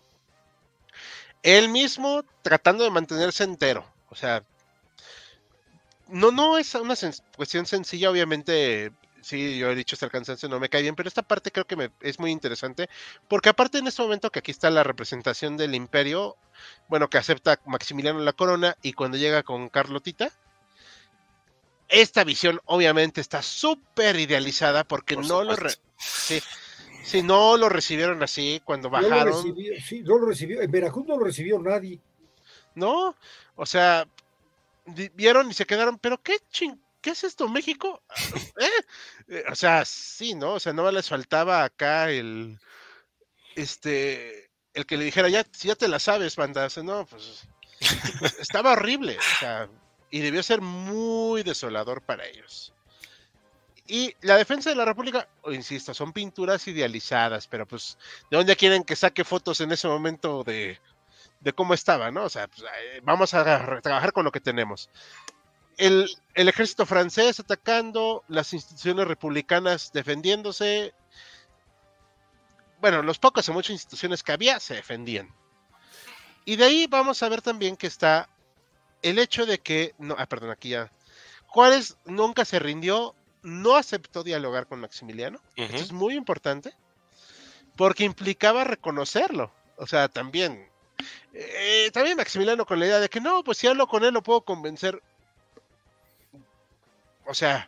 Él mismo tratando de mantenerse entero. O sea, no, no es una sen- cuestión sencilla, obviamente. Sí, yo he dicho hasta el cansancio, no me cae bien, pero esta parte creo que me, es muy interesante, porque aparte en este momento que aquí está la representación del imperio, bueno, que acepta Maximiliano la corona, y cuando llega con Carlotita, esta visión obviamente está súper idealizada, porque Por no lo, re- supuesto. sí, sí, no lo recibieron así cuando No lo bajaron, recibió, sí, no lo recibió. En Veracruz no lo recibió nadie. ¿no? O sea, di- vieron y se quedaron, pero qué ching, ¿qué es esto, México? ¿Eh? Eh, O sea, sí, ¿no? O sea, no les faltaba acá el, este, el que le dijera, ya, si ya te la sabes, banda, o sea, no, pues, pues, estaba horrible, o sea, y debió ser muy desolador para ellos. Y la defensa de la República, oh, insisto, son pinturas idealizadas, pero pues, ¿de dónde quieren que saque fotos en ese momento de, de cómo estaba, ¿no? O sea, pues, eh, vamos a agarrar- trabajar con lo que tenemos. El, el ejército francés atacando, las instituciones republicanas defendiéndose. Bueno, los pocos o muchas instituciones que había se defendían. Y de ahí vamos a ver también que está el hecho de que, no, ah, perdón, aquí ya, Juárez nunca se rindió, no aceptó dialogar con Maximiliano. Uh Esto -huh. es muy importante, porque implicaba reconocerlo. O sea, también, eh, también Maximiliano con la idea de que no, pues si hablo con él lo puedo convencer. O sea,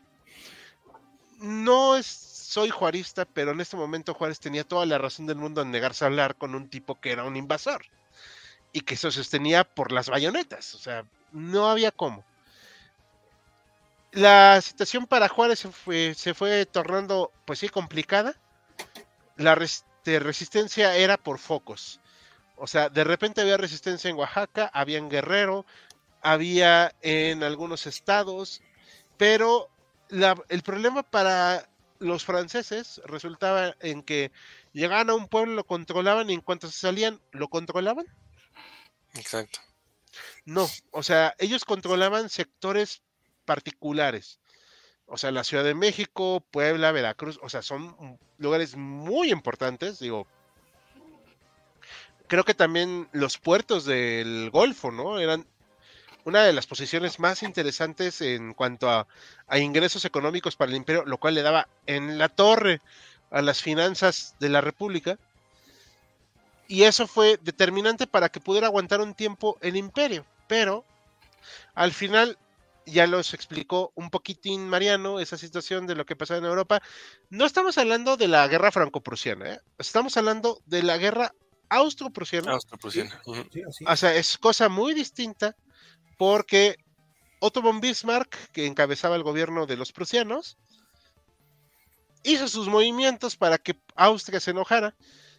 no es, soy juarista, pero en este momento Juárez tenía toda la razón del mundo en negarse a hablar con un tipo que era un invasor y que se sostenía por las bayonetas. O sea, no había cómo. La situación para Juárez se fue, se fue tornando, pues sí, complicada. La res, de resistencia era por focos. O sea, de repente había resistencia en Oaxaca, había en Guerrero, había en algunos estados, pero la, el problema para los franceses resultaba en que llegaban a un pueblo, lo controlaban y en cuanto se salían, ¿lo controlaban? Exacto. No, o sea, ellos controlaban sectores particulares. O sea, la Ciudad de México, Puebla, Veracruz, o sea, son lugares muy importantes, digo. Creo que también los puertos del Golfo, ¿no? Eran una de las posiciones más interesantes en cuanto a, a ingresos económicos para el imperio, lo cual le daba en la torre a las finanzas de la República. Y eso fue determinante para que pudiera aguantar un tiempo el imperio. Pero al final, ya los explicó un poquitín Mariano, esa situación de lo que pasaba en Europa. No estamos hablando de la guerra franco-prusiana, ¿eh? Estamos hablando de la guerra austro-prusiana. Austro-Prusiana. Uh -huh. Sí, así O es. sea, es cosa muy distinta porque Otto von Bismarck, que encabezaba el gobierno de los prusianos, hizo sus movimientos para que Austria se enojara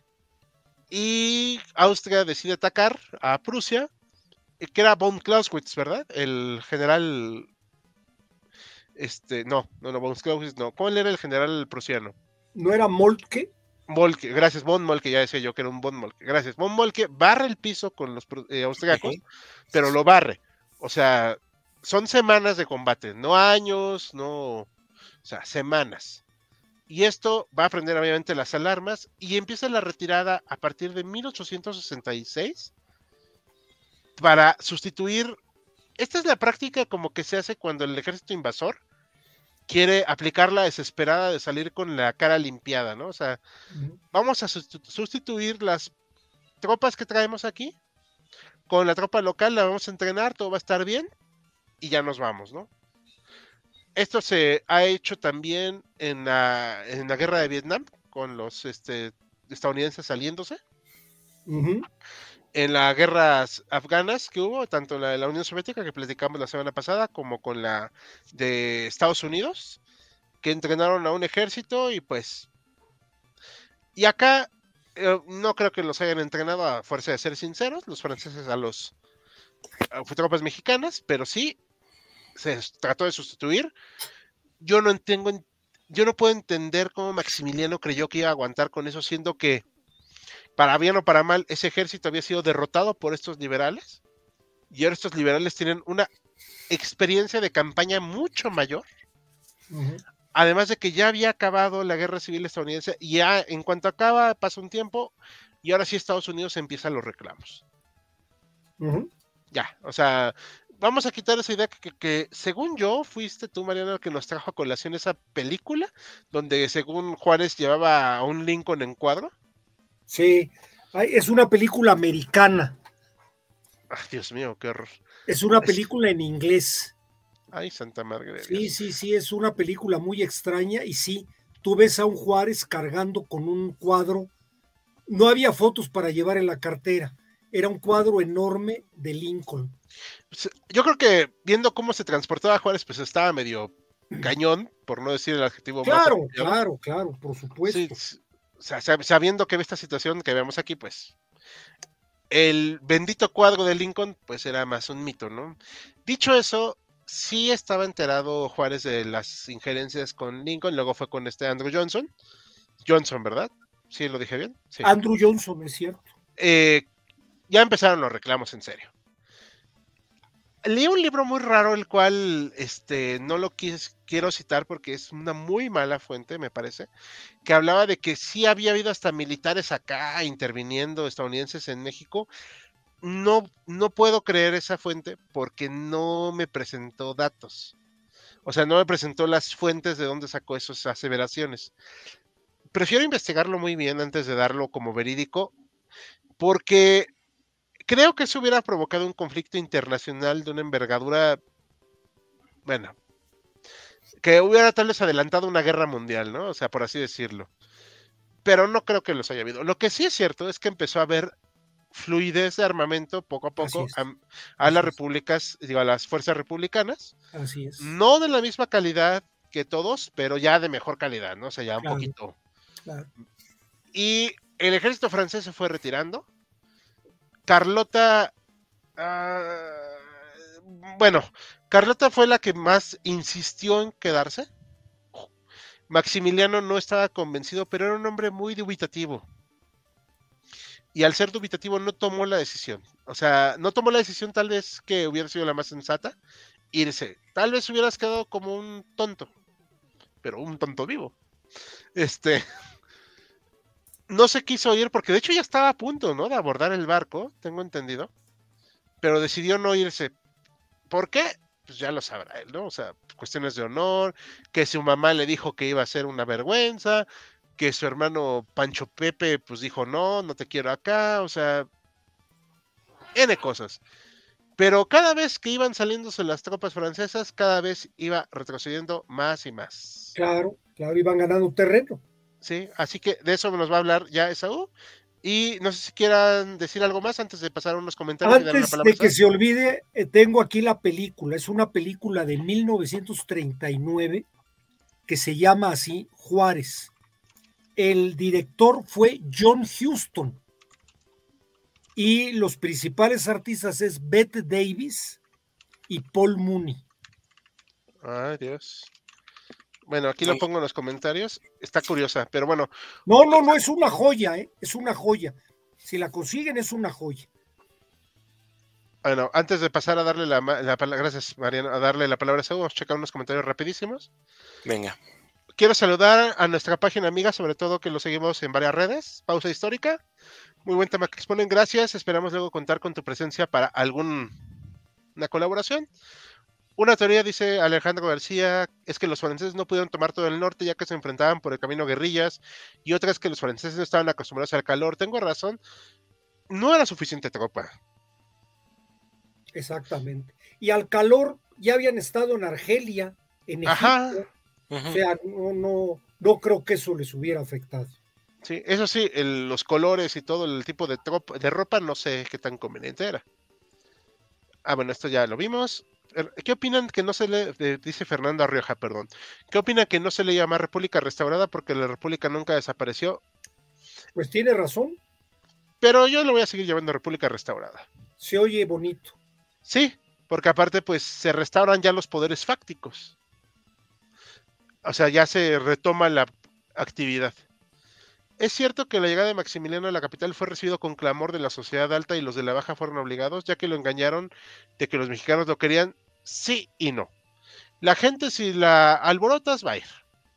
y Austria decide atacar a Prusia, que era von Clausewitz, ¿verdad? El general, este, no, no, no, von Clausewitz, no. ¿Cuál era el general prusiano? ¿No era Moltke? Moltke, gracias, von Moltke, ya decía yo que era un von Moltke, gracias. Von Moltke barre el piso con los eh, austriacos, uh -huh. pero lo barre. O sea, son semanas de combate, no años, no, o sea, semanas. Y esto va a prender obviamente las alarmas y empieza la retirada a partir de mil ochocientos sesenta y seis para sustituir. Esta es la práctica como que se hace cuando el ejército invasor quiere aplicar la desesperada de salir con la cara limpiada, ¿no? O sea, uh-huh. vamos a sustituir las tropas que traemos aquí con la tropa local, la vamos a entrenar, todo va a estar bien y ya nos vamos, ¿no? Esto se ha hecho también en la, en la guerra de Vietnam, con los este, estadounidenses saliéndose. Uh-huh. En las guerras afganas que hubo, tanto la de la Unión Soviética, que platicamos la semana pasada, como con la de Estados Unidos, que entrenaron a un ejército y pues... Y acá eh, no creo que los hayan entrenado a fuerza de ser sinceros, los franceses a los a tropas mexicanas, pero sí se trató de sustituir. Yo no entiendo, yo no puedo entender cómo Maximiliano creyó que iba a aguantar con eso, siendo que, para bien o para mal, ese ejército había sido derrotado por estos liberales, y ahora estos liberales tienen una experiencia de campaña mucho mayor. Uh-huh. Además de que ya había acabado la guerra civil estadounidense y ya en cuanto acaba pasa un tiempo y ahora sí Estados Unidos empieza los reclamos. Uh-huh. Ya, o sea, vamos a quitar esa idea que, que, que según yo fuiste tú, Mariano, el que nos trajo a colación esa película donde según Juárez llevaba a un Lincoln en cuadro. Sí, ay, es una película americana. Ay, Dios mío, qué horror. Es una película en inglés. Ay, Santa Madre de Sí, Dios. sí, sí, es una película muy extraña y sí, tú ves a un Juárez cargando con un cuadro. No había fotos para llevar en la cartera, era un cuadro enorme de Lincoln. Yo creo que viendo cómo se transportaba Juárez, pues estaba medio cañón, por no decir el adjetivo claro, más Claro, apropiado. claro, claro, por supuesto. Sí, o sea, sabiendo que esta situación que vemos aquí, pues el bendito cuadro de Lincoln, pues era más un mito, ¿no? Dicho eso, sí estaba enterado Juárez de las injerencias con Lincoln, luego fue con este Andrew Johnson. Johnson, ¿verdad? ¿Sí lo dije bien? Sí. Andrew Johnson, es cierto. Eh, ya empezaron los reclamos en serio. Leí un libro muy raro, el cual este, no lo quis, quiero citar porque es una muy mala fuente, me parece, que hablaba de que sí había habido hasta militares acá interviniendo estadounidenses en México. No, no puedo creer esa fuente porque no me presentó datos. O sea, no me presentó las fuentes de dónde sacó esas aseveraciones. Prefiero investigarlo muy bien antes de darlo como verídico, porque creo que eso hubiera provocado un conflicto internacional de una envergadura, bueno, que hubiera tal vez adelantado una guerra mundial, ¿no? O sea, por así decirlo. Pero no creo que los haya habido. Lo que sí es cierto es que empezó a haber fluidez de armamento poco a poco a, a las repúblicas, digo, a las fuerzas republicanas. Así es. No de la misma calidad que todos, pero ya de mejor calidad, ¿no? O sea, ya un claro, poquito. Claro. Y el ejército francés se fue retirando. Carlota, uh, bueno, Carlota fue la que más insistió en quedarse. Maximiliano no estaba convencido, pero era un hombre muy dubitativo. Y al ser dubitativo no tomó la decisión. O sea, no tomó la decisión tal vez que hubiera sido la más sensata, irse. Tal vez hubieras quedado como un tonto, pero un tonto vivo. Este, no se quiso ir porque de hecho ya estaba a punto, ¿no? De abordar el barco, tengo entendido. Pero decidió no irse. ¿Por qué? Pues ya lo sabrá él, ¿no? O sea, cuestiones de honor, que su mamá le dijo que iba a ser una vergüenza, que su hermano Pancho Pepe pues dijo no, no te quiero acá, o sea, N cosas. Pero cada vez que iban saliéndose las tropas francesas, cada vez iba retrocediendo más y más. Claro, claro, iban ganando terreno. Sí, así que de eso nos va a hablar ya Esaú. Y no sé si quieran decir algo más antes de pasar a unos comentarios. Antes y la palabra de que se olvide, eh, tengo aquí la película. Es una película de mil novecientos treinta y nueve que se llama así, Juárez. El director fue John Huston. Y los principales artistas es Bette Davis y Paul Mooney. Ay, Dios. Bueno, aquí lo pongo en los comentarios. Está curiosa, pero bueno. No, no, no, es una joya, ¿eh? Es una joya. Si la consiguen, es una joya. Bueno, antes de pasar a darle la, la palabra, gracias Mariano, a darle la palabra a Saúl, vamos a checar unos comentarios rapidísimos. Venga. Quiero saludar a nuestra página amiga, sobre todo que lo seguimos en varias redes. Pausa Histórica. Muy buen tema que exponen, gracias. Esperamos luego contar con tu presencia para alguna colaboración. Una teoría, dice Alejandro García, es que los franceses no pudieron tomar todo el norte ya que se enfrentaban por el camino guerrillas, y otra es que los franceses no estaban acostumbrados al calor. Tengo razón, no era suficiente tropa. Exactamente. Y al calor ya habían estado en Argelia, en Egipto. Ajá. O sea, no, no, no creo que eso les hubiera afectado. Sí, eso sí, el, los colores y todo el tipo de, tropa, de ropa, no sé qué tan conveniente era. Ah, bueno, esto ya lo vimos. ¿Qué opinan que no se le, dice Fernando Arrioja, perdón, ¿qué opinan que no se le llama República Restaurada porque la República nunca desapareció? Pues tiene razón. Pero yo lo voy a seguir llamando República Restaurada. Se oye bonito. Sí, porque aparte pues se restauran ya los poderes fácticos. O sea, ya se retoma la actividad. ¿Es cierto que la llegada de Maximiliano a la capital fue recibido con clamor de la sociedad alta y los de la baja fueron obligados, ya que lo engañaron de que los mexicanos lo querían? Sí y no. La gente, si la alborotas, va a ir.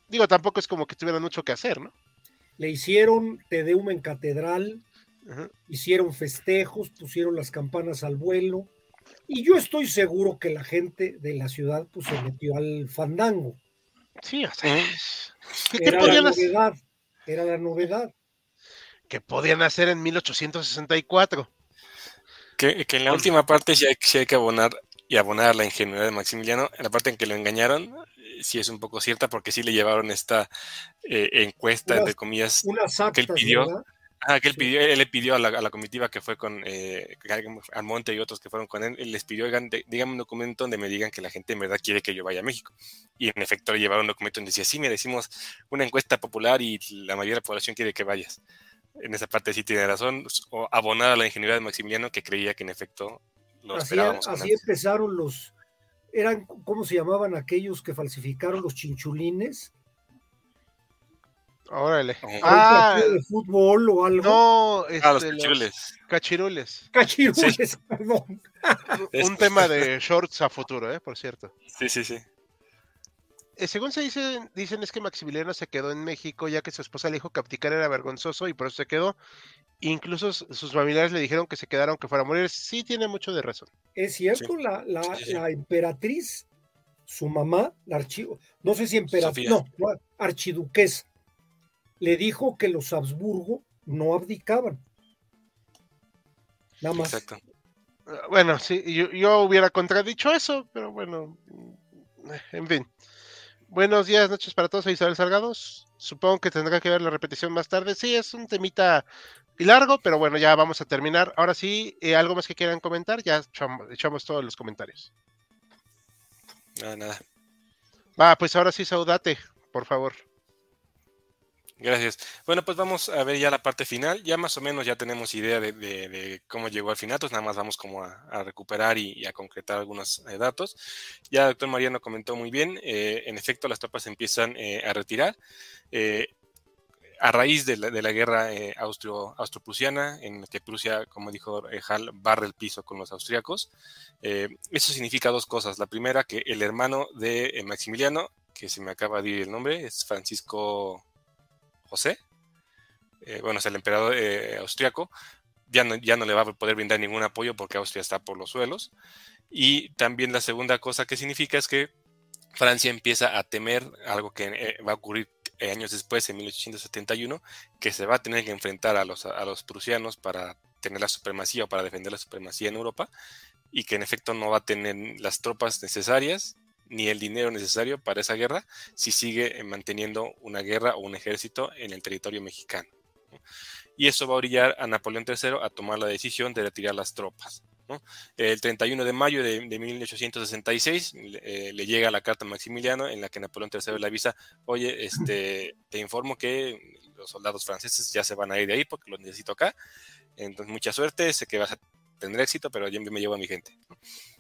Digo, tampoco es como que tuvieran mucho que hacer, ¿no? Le hicieron Te Deum en catedral, Ajá. hicieron festejos, pusieron las campanas al vuelo, y yo estoy seguro que la gente de la ciudad pues se metió al fandango. Sí, o sea, Ujú. ¿qué, qué Era la podían hacer? novedad, era la novedad. ¿Qué podían hacer en mil ochocientos sesenta y cuatro? Que, que en la Con- última parte sí hay, sí hay que abonar y abonar a la ingenuidad de Maximiliano. En la parte en que lo engañaron, eh, sí es un poco cierta, porque sí le llevaron esta eh, encuesta, Unas, entre comillas, unas que él actas, pidió. ¿verdad? Ah, que él Sí. pidió, él le pidió a la, a la comitiva que fue con eh, Almonte y otros que fueron con él, él les pidió, oigan, de- díganme un documento donde me digan que la gente en verdad quiere que yo vaya a México. Y en efecto le llevaron un documento donde decía, sí, mira, hicimos una encuesta popular y la mayoría de la población quiere que vayas. En esa parte sí tiene razón, o abonar a la ingenuidad de Maximiliano, que creía que en efecto lo Así, esperábamos con así ansia. empezaron los, eran, ¿cómo se llamaban aquellos que falsificaron los chinchulines Órale. Ujú. para un Ah, partido de fútbol o algo? no, Ah, los este, los cachirules. cachirules. Sí, Cachirules, perdón. Un, es- un tema de shorts a futuro, ¿eh? Por cierto. sí, sí, sí. Eh, según se dicen, dicen es que Maximiliano se quedó en México ya que su esposa le dijo que abdicar era vergonzoso y por eso se quedó. Incluso s- sus familiares le dijeron que se quedara aunque fuera a morir. Sí tiene mucho de razón. Es Sí, cierto, la, sí, la, sí, sí. la emperatriz, su mamá, la archivo, no sé si emperatriz, Sofía. no, no, archiduquesa, le dijo que los Habsburgo no abdicaban, nada más. Exacto. Ah, bueno, sí, yo, yo hubiera contradicho eso, pero bueno, mm, en fin. Buenos días, noches para todos, soy Isabel Salgados. Supongo que tendrá que ver la repetición más tarde. Sí, es un temita largo, pero bueno, ya vamos a terminar. Ahora sí, eh, algo más que quieran comentar, ya echamos, echamos todos los comentarios. Nada, nada. Va, pues ahora sí, saudate, por favor. Gracias. Bueno, pues vamos a ver ya la parte final. Ya más o menos ya tenemos idea de, de- de cómo llegó al final, entonces nada más vamos como a, a recuperar y, y a concretar algunos eh, datos. Ya el doctor Mariano comentó muy bien, eh, en efecto las tropas empiezan eh, a retirar. Eh, a raíz de la, de la guerra eh, austro, austro-prusiana, en la que Prusia, como dijo eh, Hall, barre el piso con los austriacos. Eh, eso significa dos cosas. La primera, que el hermano de eh, Maximiliano, que se me acaba de ir el nombre, es Francisco José, eh, bueno, es el emperador eh, austriaco, ya no, ya no le va a poder brindar ningún apoyo porque Austria está por los suelos. Y también la segunda cosa que significa es que Francia empieza a temer algo que eh, va a ocurrir eh, años después, en mil ochocientos setenta y uno, que se va a tener que enfrentar a los, a los prusianos para tener la supremacía o para defender la supremacía en Europa, y que en efecto no va a tener las tropas necesarias ni el dinero necesario para esa guerra si sigue manteniendo una guerra o un ejército en el territorio mexicano. Y eso va a orillar a Napoleón tercero a tomar la decisión de retirar las tropas, ¿no? El treinta y uno de mayo de, de mil ochocientos sesenta y seis eh, le llega la carta a Maximiliano en la que Napoleón tercero le avisa, oye, este, te informo que los soldados franceses ya se van a ir de ahí porque los necesito acá, entonces mucha suerte, sé que vas a tener éxito, pero yo me llevo a mi gente, ¿no?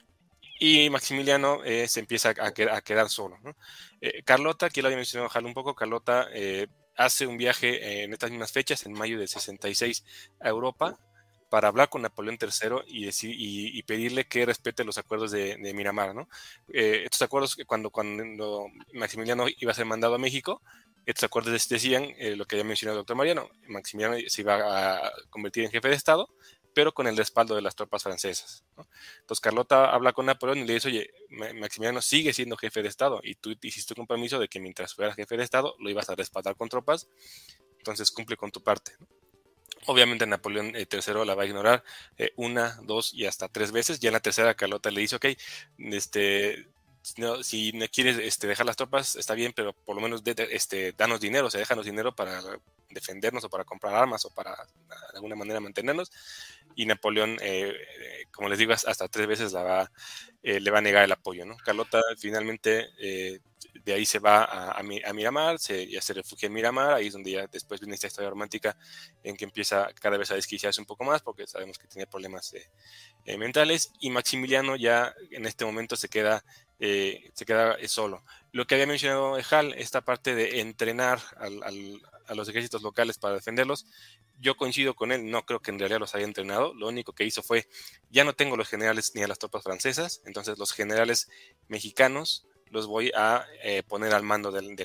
Y Maximiliano eh, se empieza a, a, quedar solo, ¿no? Eh, Carlota, que lo había mencionado Hal un poco, Carlota eh, hace un viaje eh, en estas mismas fechas, en mayo del sesenta y seis, a Europa, para hablar con Napoleón tercero y, decir, y, y pedirle que respete los acuerdos de, de Miramar, ¿no? Eh, estos acuerdos, cuando, cuando Maximiliano iba a ser mandado a México, estos acuerdos decían eh, lo que había mencionado el doctor Mariano, Maximiliano se iba a convertir en jefe de Estado, pero con el respaldo de las tropas francesas, ¿no? Entonces Carlota habla con Napoleón y le dice, oye, Maximiliano sigue siendo jefe de Estado y tú hiciste un compromiso de que mientras fueras jefe de Estado lo ibas a respaldar con tropas, entonces cumple con tu parte, ¿no? Obviamente Napoleón tercero la va a ignorar eh, una, dos y hasta tres veces. Ya en la tercera Carlota le dice, ok, este, no, si no quieres este, dejar las tropas, está bien, pero por lo menos de, de, este, danos dinero, o sea, déjanos dinero para defendernos o para comprar armas o para de alguna manera mantenernos. Y Napoleón, eh, eh, como les digo, hasta tres veces la va, eh, le va a negar el apoyo, ¿no? Carlota finalmente eh, de ahí se va a, a, a Miramar, se, ya se refugia en Miramar, ahí es donde ya después viene esta historia romántica en que empieza cada vez a desquiciarse un poco más porque sabemos que tiene problemas eh, eh, mentales, y Maximiliano ya en este momento se queda, eh, se queda solo. Lo que había mencionado Hal, esta parte de entrenar al, al, a los ejércitos locales para defenderlos, yo coincido con él, no creo que en realidad los haya entrenado, lo único que hizo fue, ya no tengo los generales ni a las tropas francesas, entonces los generales mexicanos los voy a eh, poner al mando del, del,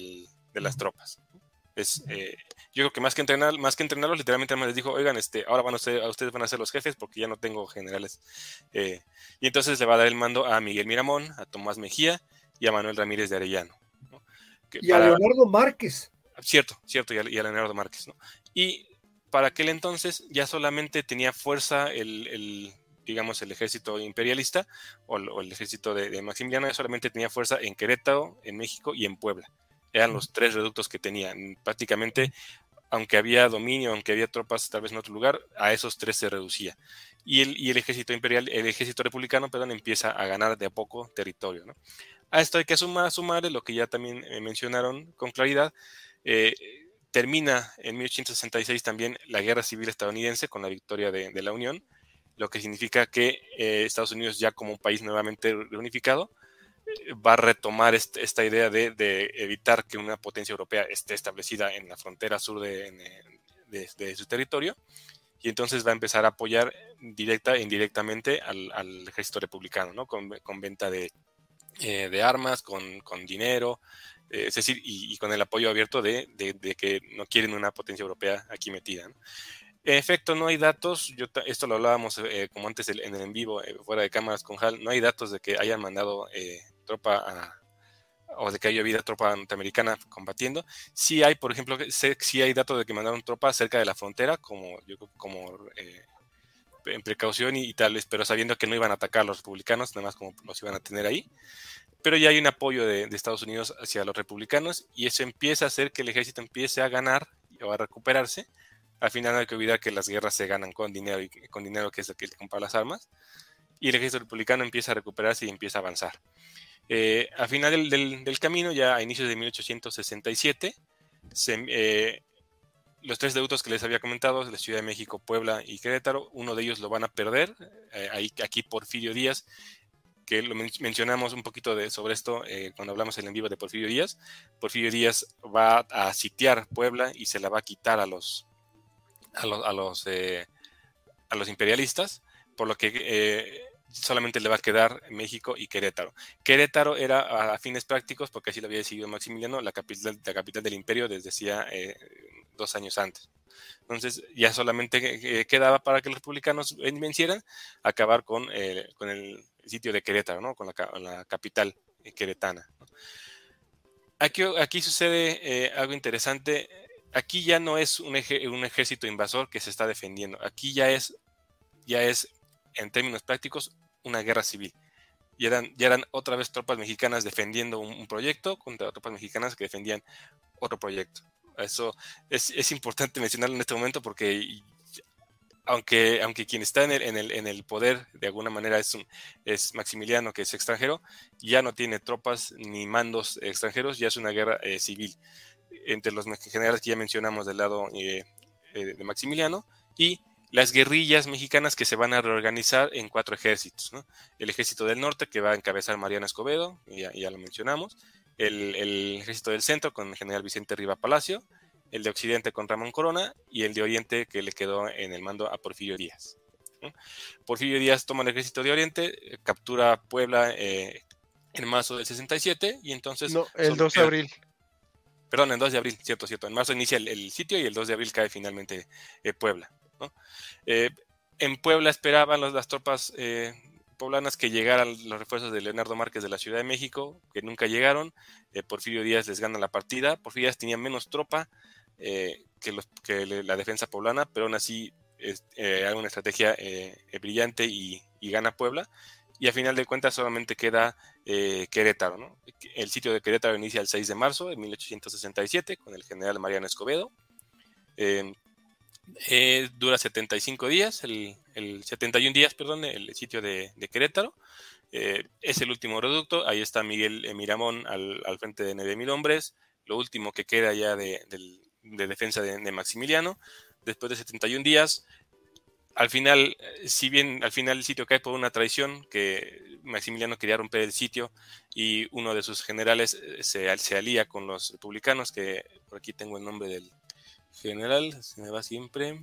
de las tropas. Es, eh, yo creo que más que entrenar, más que entrenarlos, literalmente además les dijo, oigan, este, ahora van a, ser, a ustedes van a ser los jefes porque ya no tengo generales. Eh, y entonces le va a dar el mando a Miguel Miramón, a Tomás Mejía y a Manuel Ramírez de Arellano, ¿no? Que y para, a Leonardo Márquez. Cierto, cierto, y a, y a Leonardo Márquez, ¿no? Y para aquel entonces ya solamente tenía fuerza el, el digamos, el ejército imperialista o el, o el ejército de, de Maximiliano, ya solamente tenía fuerza en Querétaro, en México y en Puebla. Eran los tres reductos que tenían. Prácticamente, aunque había dominio, aunque había tropas tal vez en otro lugar, a esos tres se reducía. Y el, y el ejército imperial, el ejército republicano, perdón, empieza a ganar de a poco territorio, ¿no? A esto hay que sumar, sumarle lo que ya también eh, mencionaron con claridad. Eh, termina en mil ochocientos sesenta y seis también la guerra civil estadounidense con la victoria de, de la Unión, lo que significa que eh, Estados Unidos, ya como un país nuevamente reunificado, va a retomar este, esta idea de, de evitar que una potencia europea esté establecida en la frontera sur de, de, de su territorio, y entonces va a empezar a apoyar directa e indirectamente al, al ejército republicano, ¿no? Con, con venta de, eh, de armas, con, con dinero, eh, es decir, y, y con el apoyo abierto de, de, de que no quieren una potencia europea aquí metida, ¿no? En efecto, no hay datos, yo esto lo hablábamos eh, como antes en el en vivo, eh, fuera de cámaras con Hal, no hay datos de que hayan mandado eh, tropa a, o de que haya habido tropa norteamericana combatiendo. Sí hay, por ejemplo, sé, sí hay datos de que mandaron tropas cerca de la frontera, como, yo, como eh, en precaución y, y tales, pero sabiendo que no iban a atacar a los republicanos, nada más como los iban a tener ahí. Pero ya hay un apoyo de, de Estados Unidos hacia los republicanos, y eso empieza a hacer que el ejército empiece a ganar o a recuperarse. Al final no hay que olvidar que las guerras se ganan con dinero, y con dinero que es el que compra las armas, y el ejército republicano empieza a recuperarse y empieza a avanzar. Eh, al final del, del, del camino, ya a inicios de mil ochocientos sesenta y siete, se, eh, los tres reductos que les había comentado, la Ciudad de México, Puebla y Querétaro, uno de ellos lo van a perder, eh, ahí, aquí Porfirio Díaz, que lo men mencionamos un poquito de, sobre esto eh, cuando hablamos en el en vivo de Porfirio Díaz. Porfirio Díaz va a sitiar Puebla y se la va a quitar a los a los, a los, eh, a los imperialistas, por lo que eh, solamente le va a quedar México y Querétaro. Querétaro era a, a fines prácticos, porque así lo había decidido Maximiliano, la capital, la capital del imperio desde hacía eh, dos años antes. Entonces ya solamente eh, quedaba para que los republicanos vencieran, acabar con, eh, con el sitio de Querétaro, ¿no? Con la, con la capital queretana, ¿no? Aquí, aquí sucede eh, algo interesante. Aquí ya no es un, ej un ejército invasor que se está defendiendo. Aquí ya es, ya es, en términos prácticos, una guerra civil. Ya eran, ya eran otra vez tropas mexicanas defendiendo un, un proyecto contra tropas mexicanas que defendían otro proyecto. Eso es, es importante mencionarlo en este momento porque aunque, aunque quien está en el, en, el, en el poder de alguna manera es, un, es Maximiliano, que es extranjero, ya no tiene tropas ni mandos extranjeros, ya es una guerra eh, civil entre los generales que ya mencionamos del lado eh, eh, de Maximiliano y las guerrillas mexicanas que se van a reorganizar en cuatro ejércitos, ¿no? El ejército del norte, que va a encabezar Mariano Escobedo, ya, ya lo mencionamos, el, el ejército del centro con el general Vicente Riva Palacio, el de occidente con Ramón Corona y el de oriente que le quedó en el mando a Porfirio Díaz, ¿no? Porfirio Díaz toma el ejército de oriente, captura Puebla eh, en marzo del sesenta y siete y entonces... No, el dos de abril. Perdón, el dos de abril, cierto, cierto. En marzo inicia el, el sitio y el dos de abril cae finalmente eh, Puebla, ¿no? Eh, en Puebla esperaban los, las tropas eh, poblanas que llegaran los refuerzos de Leonardo Márquez de la Ciudad de México, que nunca llegaron. Eh, Porfirio Díaz les gana la partida. Porfirio Díaz tenía menos tropa eh, que, los, que la defensa poblana, pero aún así es, eh, hay una estrategia eh, brillante y, y gana Puebla. Y a final de cuentas solamente queda eh, Querétaro, ¿no? El sitio de Querétaro inicia el seis de marzo de mil ochocientos sesenta y siete con el general Mariano Escobedo. Eh, eh, dura setenta y cinco días, el, el setenta y un días, perdón, el sitio de, de Querétaro. Eh, es el último reducto, ahí está Miguel eh, Miramón al, al frente de nueve mil hombres, lo último que queda ya de, de, de defensa de, de Maximiliano. Después de setenta y un días, al final, si bien al final el sitio cae por una traición, que Maximiliano quería romper el sitio y uno de sus generales se, se alía con los republicanos, que por aquí tengo el nombre del general, se me va siempre,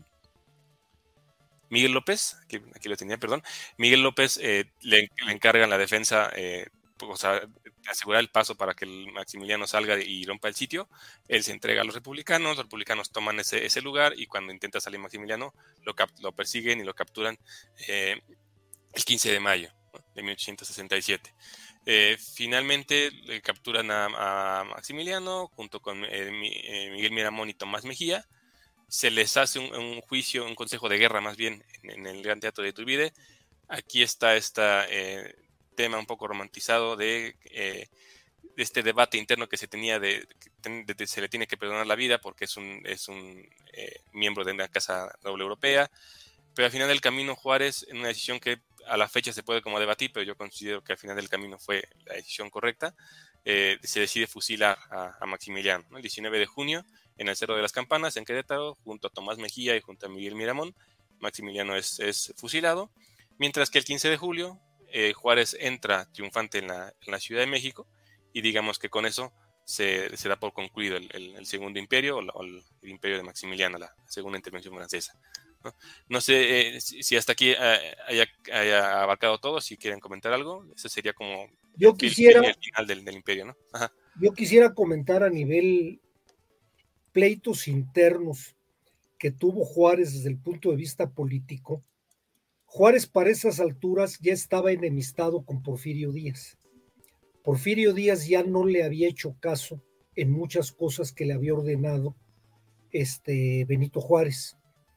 Miguel López, aquí, aquí lo tenía, perdón, Miguel López eh, le, le encargan la defensa, eh, o sea, asegurar el paso para que el Maximiliano salga y rompa el sitio. Él se entrega a los republicanos, los republicanos toman ese, ese lugar y cuando intenta salir Maximiliano lo, cap, lo persiguen y lo capturan eh, el quince de mayo, ¿no?, de mil ochocientos sesenta y siete. Eh, finalmente le capturan a, a Maximiliano junto con eh, eh, Miguel Miramón y Tomás Mejía. Se les hace un, un juicio, un consejo de guerra más bien en, en el Gran Teatro de Iturbide. Aquí está este eh, tema un poco romantizado de, eh, de este debate interno que se tenía de que se le tiene que perdonar la vida porque es un, es un eh, miembro de una casa noble europea, pero al final del camino Juárez, en una decisión que a la fecha se puede como debatir, pero yo considero que al final del camino fue la decisión correcta, eh, se decide fusilar a, a Maximiliano, ¿no?, el diecinueve de junio en el Cerro de las Campanas, en Querétaro, junto a Tomás Mejía y junto a Miguel Miramón. Maximiliano es, es fusilado, mientras que el quince de julio eh, Juárez entra triunfante en la, en la Ciudad de México y digamos que con eso se, se da por concluido el, el, el segundo imperio o, la, o el, el imperio de Maximiliano, la segunda intervención francesa. No, no sé eh, si, si hasta aquí eh, haya, haya abarcado todo, si quieren comentar algo, ese sería como yo el, quisiera, el final del, del imperio, ¿no? Ajá. Yo quisiera comentar a nivel pleitos internos que tuvo Juárez desde el punto de vista político. Juárez para esas alturas ya estaba enemistado con Porfirio Díaz. Porfirio Díaz ya no le había hecho caso en muchas cosas que le había ordenado este Benito Juárez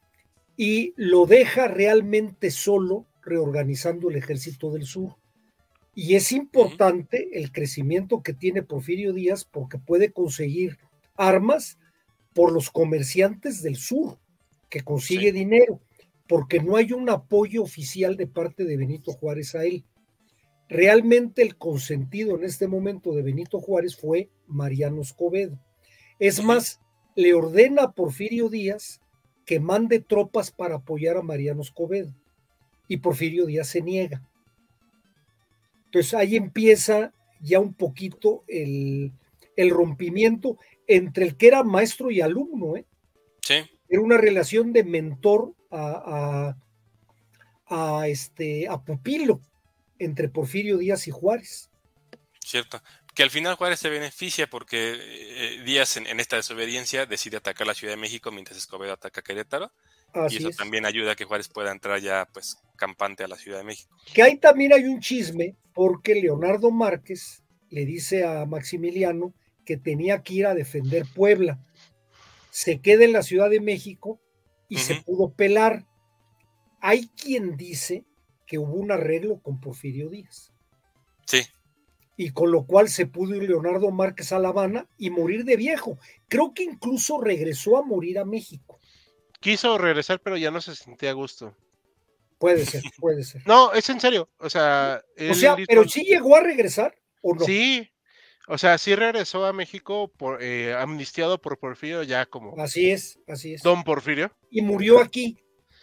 y lo deja realmente solo reorganizando el Ejército del Sur. Y es importante el crecimiento que tiene Porfirio Díaz porque puede conseguir armas por los comerciantes del sur, que consigue sí. dinero, porque no hay un apoyo oficial de parte de Benito Juárez a él. Realmente el consentido en este momento de Benito Juárez fue Mariano Escobedo. Es uh-huh. más, le ordena a Porfirio Díaz que mande tropas para apoyar a Mariano Escobedo, y Porfirio Díaz se niega. Entonces ahí empieza ya un poquito el, el rompimiento entre el que era maestro y alumno, ¿eh? Sí. Era una relación de mentor a, a, a, este, a pupilo entre Porfirio Díaz y Juárez. Cierto. Que al final Juárez se beneficia porque eh, Díaz en, en esta desobediencia decide atacar la Ciudad de México mientras Escobedo ataca Querétaro. Así y eso es. También ayuda a que Juárez pueda entrar ya pues campante a la Ciudad de México. Que ahí también hay un chisme porque Leonardo Márquez le dice a Maximiliano que tenía que ir a defender Puebla. Se queda en la Ciudad de México y uh-huh. se pudo pelar. Hay quien dice que hubo un arreglo con Porfirio Díaz. Sí. Y con lo cual se pudo ir Leonardo Márquez a La Habana y morir de viejo. Creo que incluso regresó a morir a México. Quiso regresar, pero ya no se sentía a gusto. Puede ser, puede ser. No, es en serio. O sea, o sea, hizo... pero sí llegó a regresar o no. Sí. O sea, sí regresó a México por, eh, amnistiado por Porfirio, ya como... Así es, así es. Don Porfirio. Y murió aquí.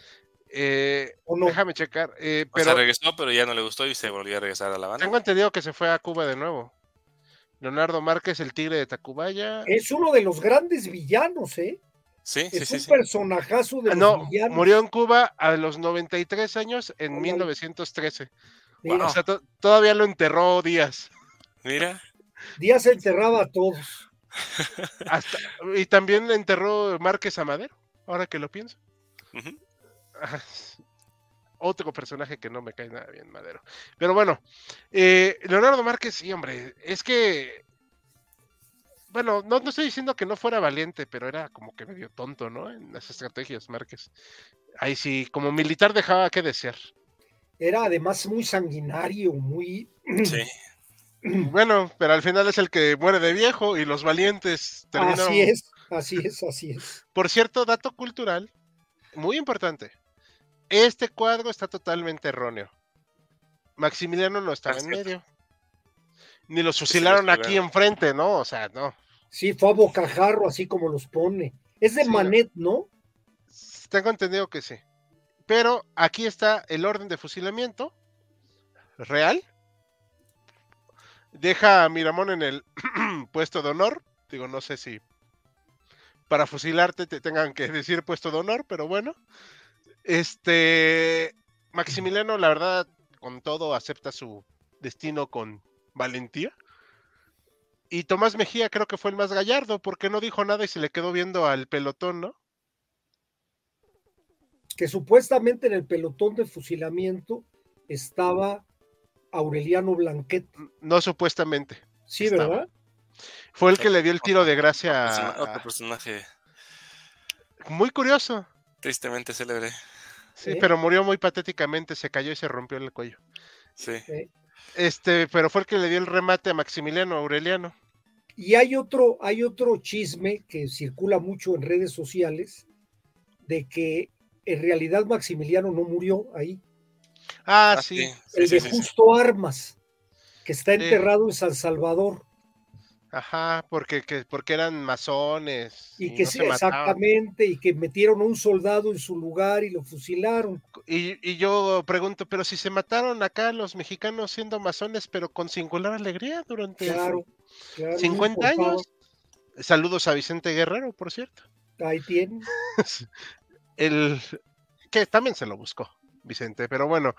Eh, ¿O no? Déjame checar. Eh, pero... O sea, regresó, pero ya no le gustó y se volvió a regresar a La Habana. Tengo entendido que se fue a Cuba de nuevo. Leonardo Márquez, el tigre de Tacubaya. Es uno de los grandes villanos, ¿eh? Sí, es sí, un sí, sí. personajazo de ah, los no, villanos. Murió en Cuba a los noventa y tres años en Hola. mil novecientos trece. Mira. O sea, to- todavía lo enterró Díaz. Mira. Díaz enterraba a todos. Hasta, y también enterró Márquez a Madero, ahora que lo pienso. Uh-huh. Ajá. Otro personaje que no me cae nada bien, Madero. Pero bueno, eh, Leonardo Márquez, sí, hombre, es que, bueno, no, no estoy diciendo que no fuera valiente, pero era como que medio tonto, ¿no? En las estrategias, Márquez. Ahí sí, como militar dejaba que desear. Era además muy sanguinario, muy... Sí. Bueno, pero al final es el que muere de viejo y los valientes terminan... Así es, así es, así es. Por cierto, dato cultural, muy importante. Este cuadro está totalmente erróneo. Maximiliano no estaba Ah, en cierto. medio. Ni los fusilaron Sí, aquí enfrente, ¿no? O sea, no. Sí, fue a bocajarro, así como los pone. Es de Sí, Manet, ¿no? Tengo entendido que sí. Pero aquí está el orden de fusilamiento real. Deja a Miramón en el puesto de honor. Digo, no sé si para fusilarte te tengan que decir puesto de honor, pero bueno. Este Maximiliano, la verdad, con todo, acepta su destino con valentía. Y Tomás Mejía creo que fue el más gallardo, porque no dijo nada y se le quedó viendo al pelotón, ¿no? Que supuestamente en el pelotón de fusilamiento estaba Aureliano Blanquet. No supuestamente. Sí, estaba. ¿verdad? Fue el que le dio el tiro de Otro, gracia persona, a... otro personaje Muy curioso. tristemente célebre. Sí, ¿Eh? pero murió muy patéticamente, se cayó y se rompió el cuello. Sí. ¿Eh? Este, pero fue el que le dio el remate a Maximiliano Aureliano. Y hay otro, hay otro chisme que circula mucho en redes sociales de que en realidad Maximiliano no murió ahí. Ah, Ah, sí. sí, sí, El sí, de sí, sí. Justo Armas, que está Sí. enterrado en San Salvador. Ajá, porque, que, porque eran masones Y y que no sí, se mataban. exactamente, y que metieron a un soldado en su lugar y lo fusilaron. Y, y yo pregunto, pero si se mataron acá los mexicanos siendo masones, pero con singular alegría durante Claro, claro, no cincuenta importaba. años. Saludos a Vicente Guerrero, por cierto. Ahí tienen. El que también se lo buscó, Vicente, pero bueno.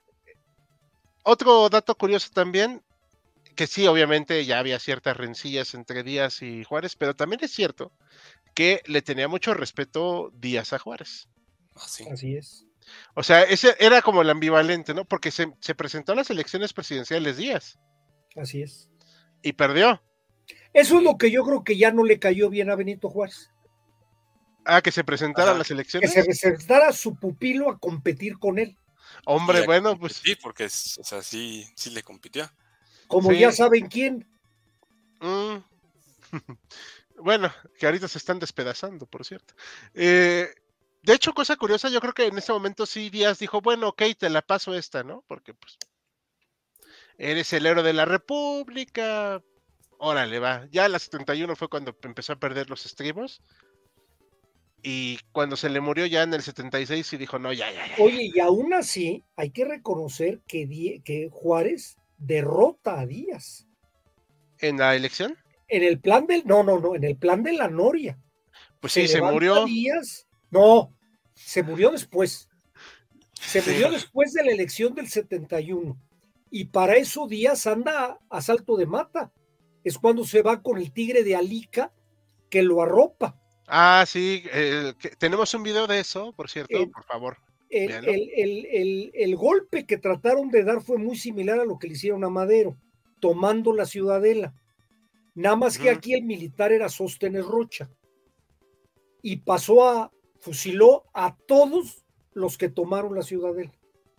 Otro dato curioso también, que sí, obviamente ya había ciertas rencillas entre Díaz y Juárez, pero también es cierto que le tenía mucho respeto Díaz a Juárez. Ah, sí. Así es. O sea, ese era como el ambivalente, ¿no? Porque se, se presentó a las elecciones presidenciales Díaz Así es. y perdió. Eso es lo que yo creo que ya no le cayó bien a Benito Juárez. Ah, que se presentara a Ajá. las Que elecciones. se presentara a su pupilo a competir con él. Hombre, Y a bueno, pues competir, porque es, o sea, sí, sí le compitió. Como sí. ya saben quién. Mm. Bueno, que ahorita se están despedazando, por cierto. Eh, de hecho, cosa curiosa, yo creo que en ese momento sí Díaz dijo, bueno, ok, te la paso esta, ¿no? Porque pues eres el héroe de la República, órale, va. Ya a la setenta y uno fue cuando empezó a perder los estribos. Y cuando se le murió ya en el setenta y seis sí dijo, no, ya, ya, ya. Oye, y aún así hay que reconocer que, Die- que Juárez derrota a Díaz. ¿En la elección? En el plan del, no, no, no, en el plan de la Noria. Pues Se sí, se levanta murió. Díaz. No, se murió después. Se Sí. murió después de la elección del setenta y uno. Y para eso Díaz anda a salto de mata. Es cuando se va con el tigre de Alica que lo arropa. Ah, sí, eh, que- tenemos un video de eso, por cierto, El, por favor. el, Véanlo. el, el, el, el golpe que trataron de dar fue muy similar a lo que le hicieron a Madero, tomando la ciudadela. Nada más que Ujú. aquí el militar era Sóstenes Rocha. Y pasó a, fusiló a todos los que tomaron la ciudadela.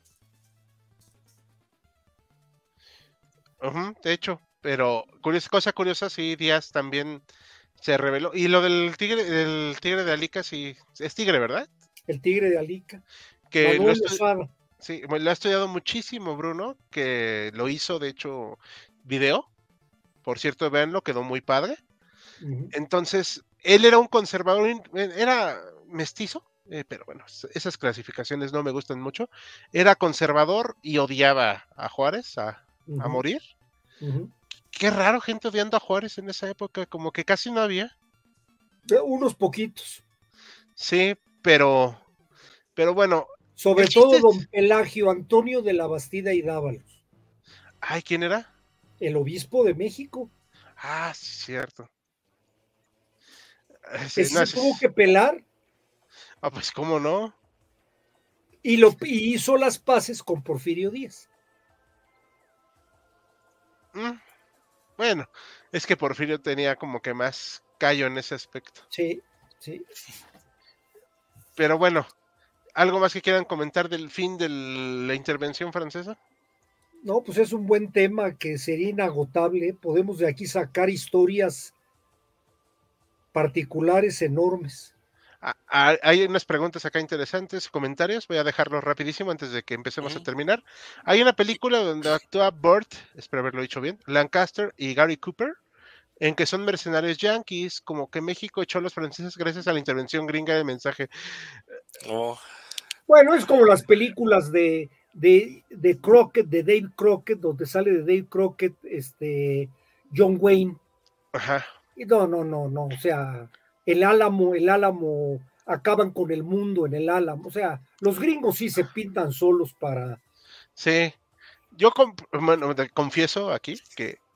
Ujú, de hecho, pero curiosa, cosa curiosa, sí, Díaz también se reveló. Y lo del tigre, del tigre de Alica, sí, es tigre, ¿verdad? El tigre de Alica. Que lo, Manuel estu- Lozada. sí, lo ha estudiado muchísimo, Bruno, que lo hizo, de hecho, video. Por cierto, véanlo, quedó muy padre. Uh-huh. Entonces, él era un conservador, in- era mestizo, eh, pero bueno, esas clasificaciones no me gustan mucho. Era conservador y odiaba a Juárez a, Uh-huh. a morir. Uh-huh. Qué raro, gente odiando a Juárez en esa época, como que casi no había. Unos poquitos. Sí, pero, pero bueno. Sobre el todo chiste don es... Pelagio Antonio de la Bastida y Dávalos, Ay, ¿quién era? el obispo de México, Ah, sí, cierto. que Ese, sí no, se ese tuvo es- que pelar Ah, pues cómo no. y, lo, y hizo las paces con Porfirio Díaz. Mm, Bueno, es que Porfirio tenía como que más callo en ese aspecto. Sí, sí. Pero bueno, ¿algo más que quieran comentar del fin de la intervención francesa? No, pues es un buen tema que sería inagotable. Podemos de aquí sacar historias particulares enormes. Ah, ah, hay unas preguntas acá interesantes, comentarios, voy a dejarlos rapidísimo antes de que empecemos a Mm. terminar. Hay una película donde actúa Burt, espero haberlo dicho bien, Lancaster y Gary Cooper, en que son mercenarios yanquis, como que México echó a los franceses gracias a la intervención gringa del mensaje. Oh, Bueno, es como las películas de, de, de Crockett, de Dave Crockett, donde sale de Dave Crockett, este, John Wayne. Ajá. Y no, no, no, no, o sea, el Álamo, el Álamo, acaban con el mundo en el Álamo. O sea, los gringos sí se pintan solos para... Sí, yo com- bueno, te confieso aquí que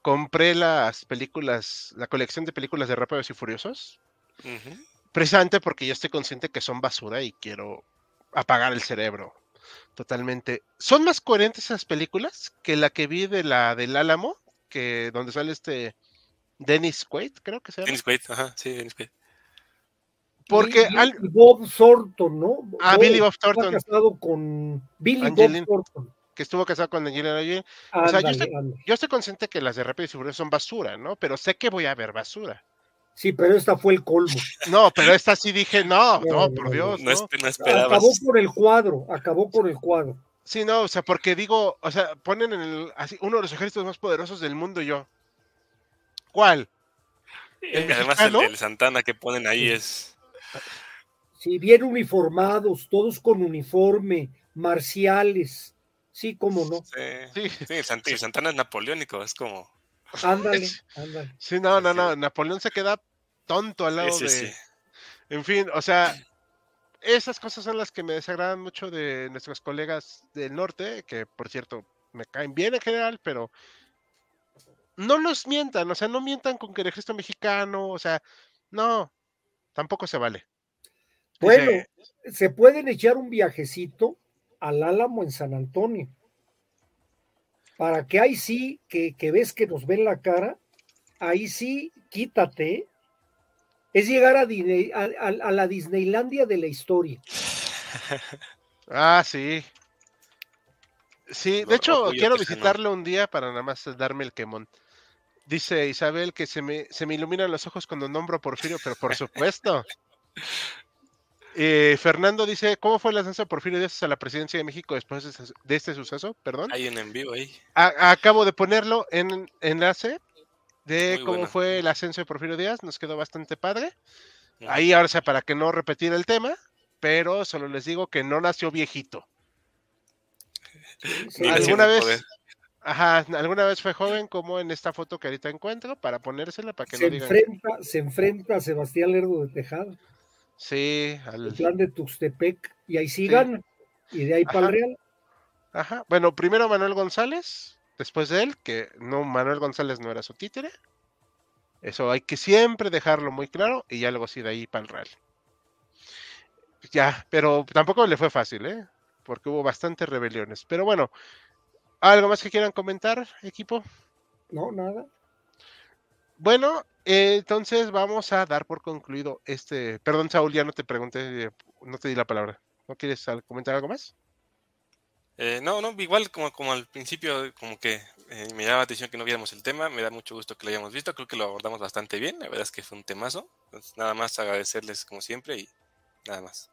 compré las películas, la colección de películas de Rápidos y Furiosos, Ujú. precisamente porque yo estoy consciente que son basura y quiero apagar el cerebro totalmente. Son más coherentes esas películas que la que vi de la del Álamo, que donde sale este Dennis Quaid, creo que se llama. Dennis Quaid, ajá, sí, Dennis Quaid. Porque y, al- y Bob Thornton, ¿no? Ah, Bob Billy Bob estaba Thornton, casado con Billy Angelina, Bob Thornton. que estuvo casado con Angelina Jolie. O sea, yo Ándale, estoy, ándale. yo estoy consciente que las de Rápido y Furioso son basura, ¿no? Pero sé que voy a ver basura. Sí, pero esta fue el colmo. No, pero esta sí dije, no, No, no, no, por no. Dios, No, no. espe- no esperabas. Acabó con el cuadro, acabó con el cuadro. Sí, no, o sea, porque digo, o sea, ponen en el, así, uno de los ejércitos más poderosos del mundo y yo. ¿Cuál? ¿El Y además el, mexicano? el Santana que ponen ahí es... Sí, bien uniformados, todos con uniforme, marciales. Sí, cómo no. Sí, Sí, sí, el, Sant- el Santana es napoleónico, es como... Ándale, sí, ándale. sí, no, no, Así no, de- Napoleón se queda tonto al Sí, lado sí, sí. de, en fin, o sea, esas cosas son las que me desagradan mucho de nuestros colegas del norte, que por cierto me caen bien en general, pero no nos mientan, o sea, no mientan con que el ejército mexicano, o sea, no, tampoco se vale. Bueno, Dice, se pueden echar un viajecito al Álamo en San Antonio, para que ahí sí, que, que ves que nos ven la cara, ahí sí, quítate. Es llegar a, Disney- a, a, a la Disneylandia de la historia. ah, sí, sí, de Or- hecho orgullo quiero tejano. visitarlo un día para nada más darme el quemón. Dice Isabel que se me, se me iluminan los ojos cuando nombro a Porfirio, pero por supuesto. Eh, Fernando dice, ¿cómo fue el ascenso de Porfirio Díaz a la presidencia de México después de, ese- de este suceso? Perdón. Hay un en vivo ahí. A- acabo de ponerlo en enlace de Muy cómo bueno. fue el ascenso de Porfirio Díaz, nos quedó bastante padre. Ujú. Ahí ahora sea para que no repetir el tema, pero solo les digo que no nació viejito. Sí, se Ni le- nació en Alguna el vez, poder. ajá, alguna vez fue joven como en esta foto que ahorita encuentro para ponérsela para que se no digan que enfrenta, se enfrenta a Sebastián Lerdo de Tejada, sí, el al, plan de Tuxtepec, y ahí sí sí, gana, y de ahí para ajá, el Real. ajá. Bueno, primero Manuel González, después de él, que no, Manuel González no era su títere. Eso hay que siempre dejarlo muy claro y ya luego sí de ahí para el Real. Ya, pero tampoco le fue fácil, ¿eh? Porque hubo bastantes rebeliones. Pero bueno, ¿algo más que quieran comentar, equipo? No, nada. Bueno, eh, entonces vamos a dar por concluido este... Perdón, Saúl, ya no te pregunté, eh, no te di la palabra. ¿No quieres al- comentar algo más? Eh, no, no, igual como, como al principio, como que eh, me llamaba la atención que no viéramos el tema, me da mucho gusto que lo hayamos visto, creo que lo abordamos bastante bien, la verdad es que fue un temazo, entonces nada más agradecerles como siempre y nada más.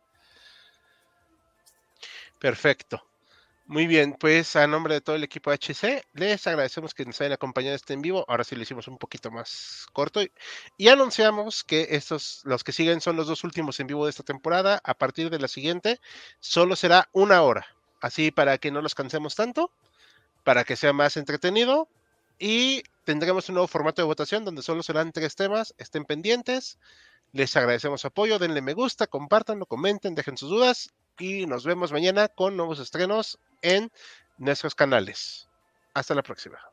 Perfecto. Muy bien, pues a nombre de todo el equipo H C, les agradecemos que nos hayan acompañado este en vivo. Ahora sí lo hicimos un poquito más corto y, y anunciamos que estos, los que siguen son los dos últimos en vivo de esta temporada. A partir de la siguiente, solo será una hora. Así para que no los cansemos tanto, para que sea más entretenido y tendremos un nuevo formato de votación donde solo serán tres temas. Estén pendientes. Les agradecemos su apoyo, denle me gusta, compártanlo, comenten, dejen sus dudas y nos vemos mañana con nuevos estrenos en nuestros canales. Hasta la próxima.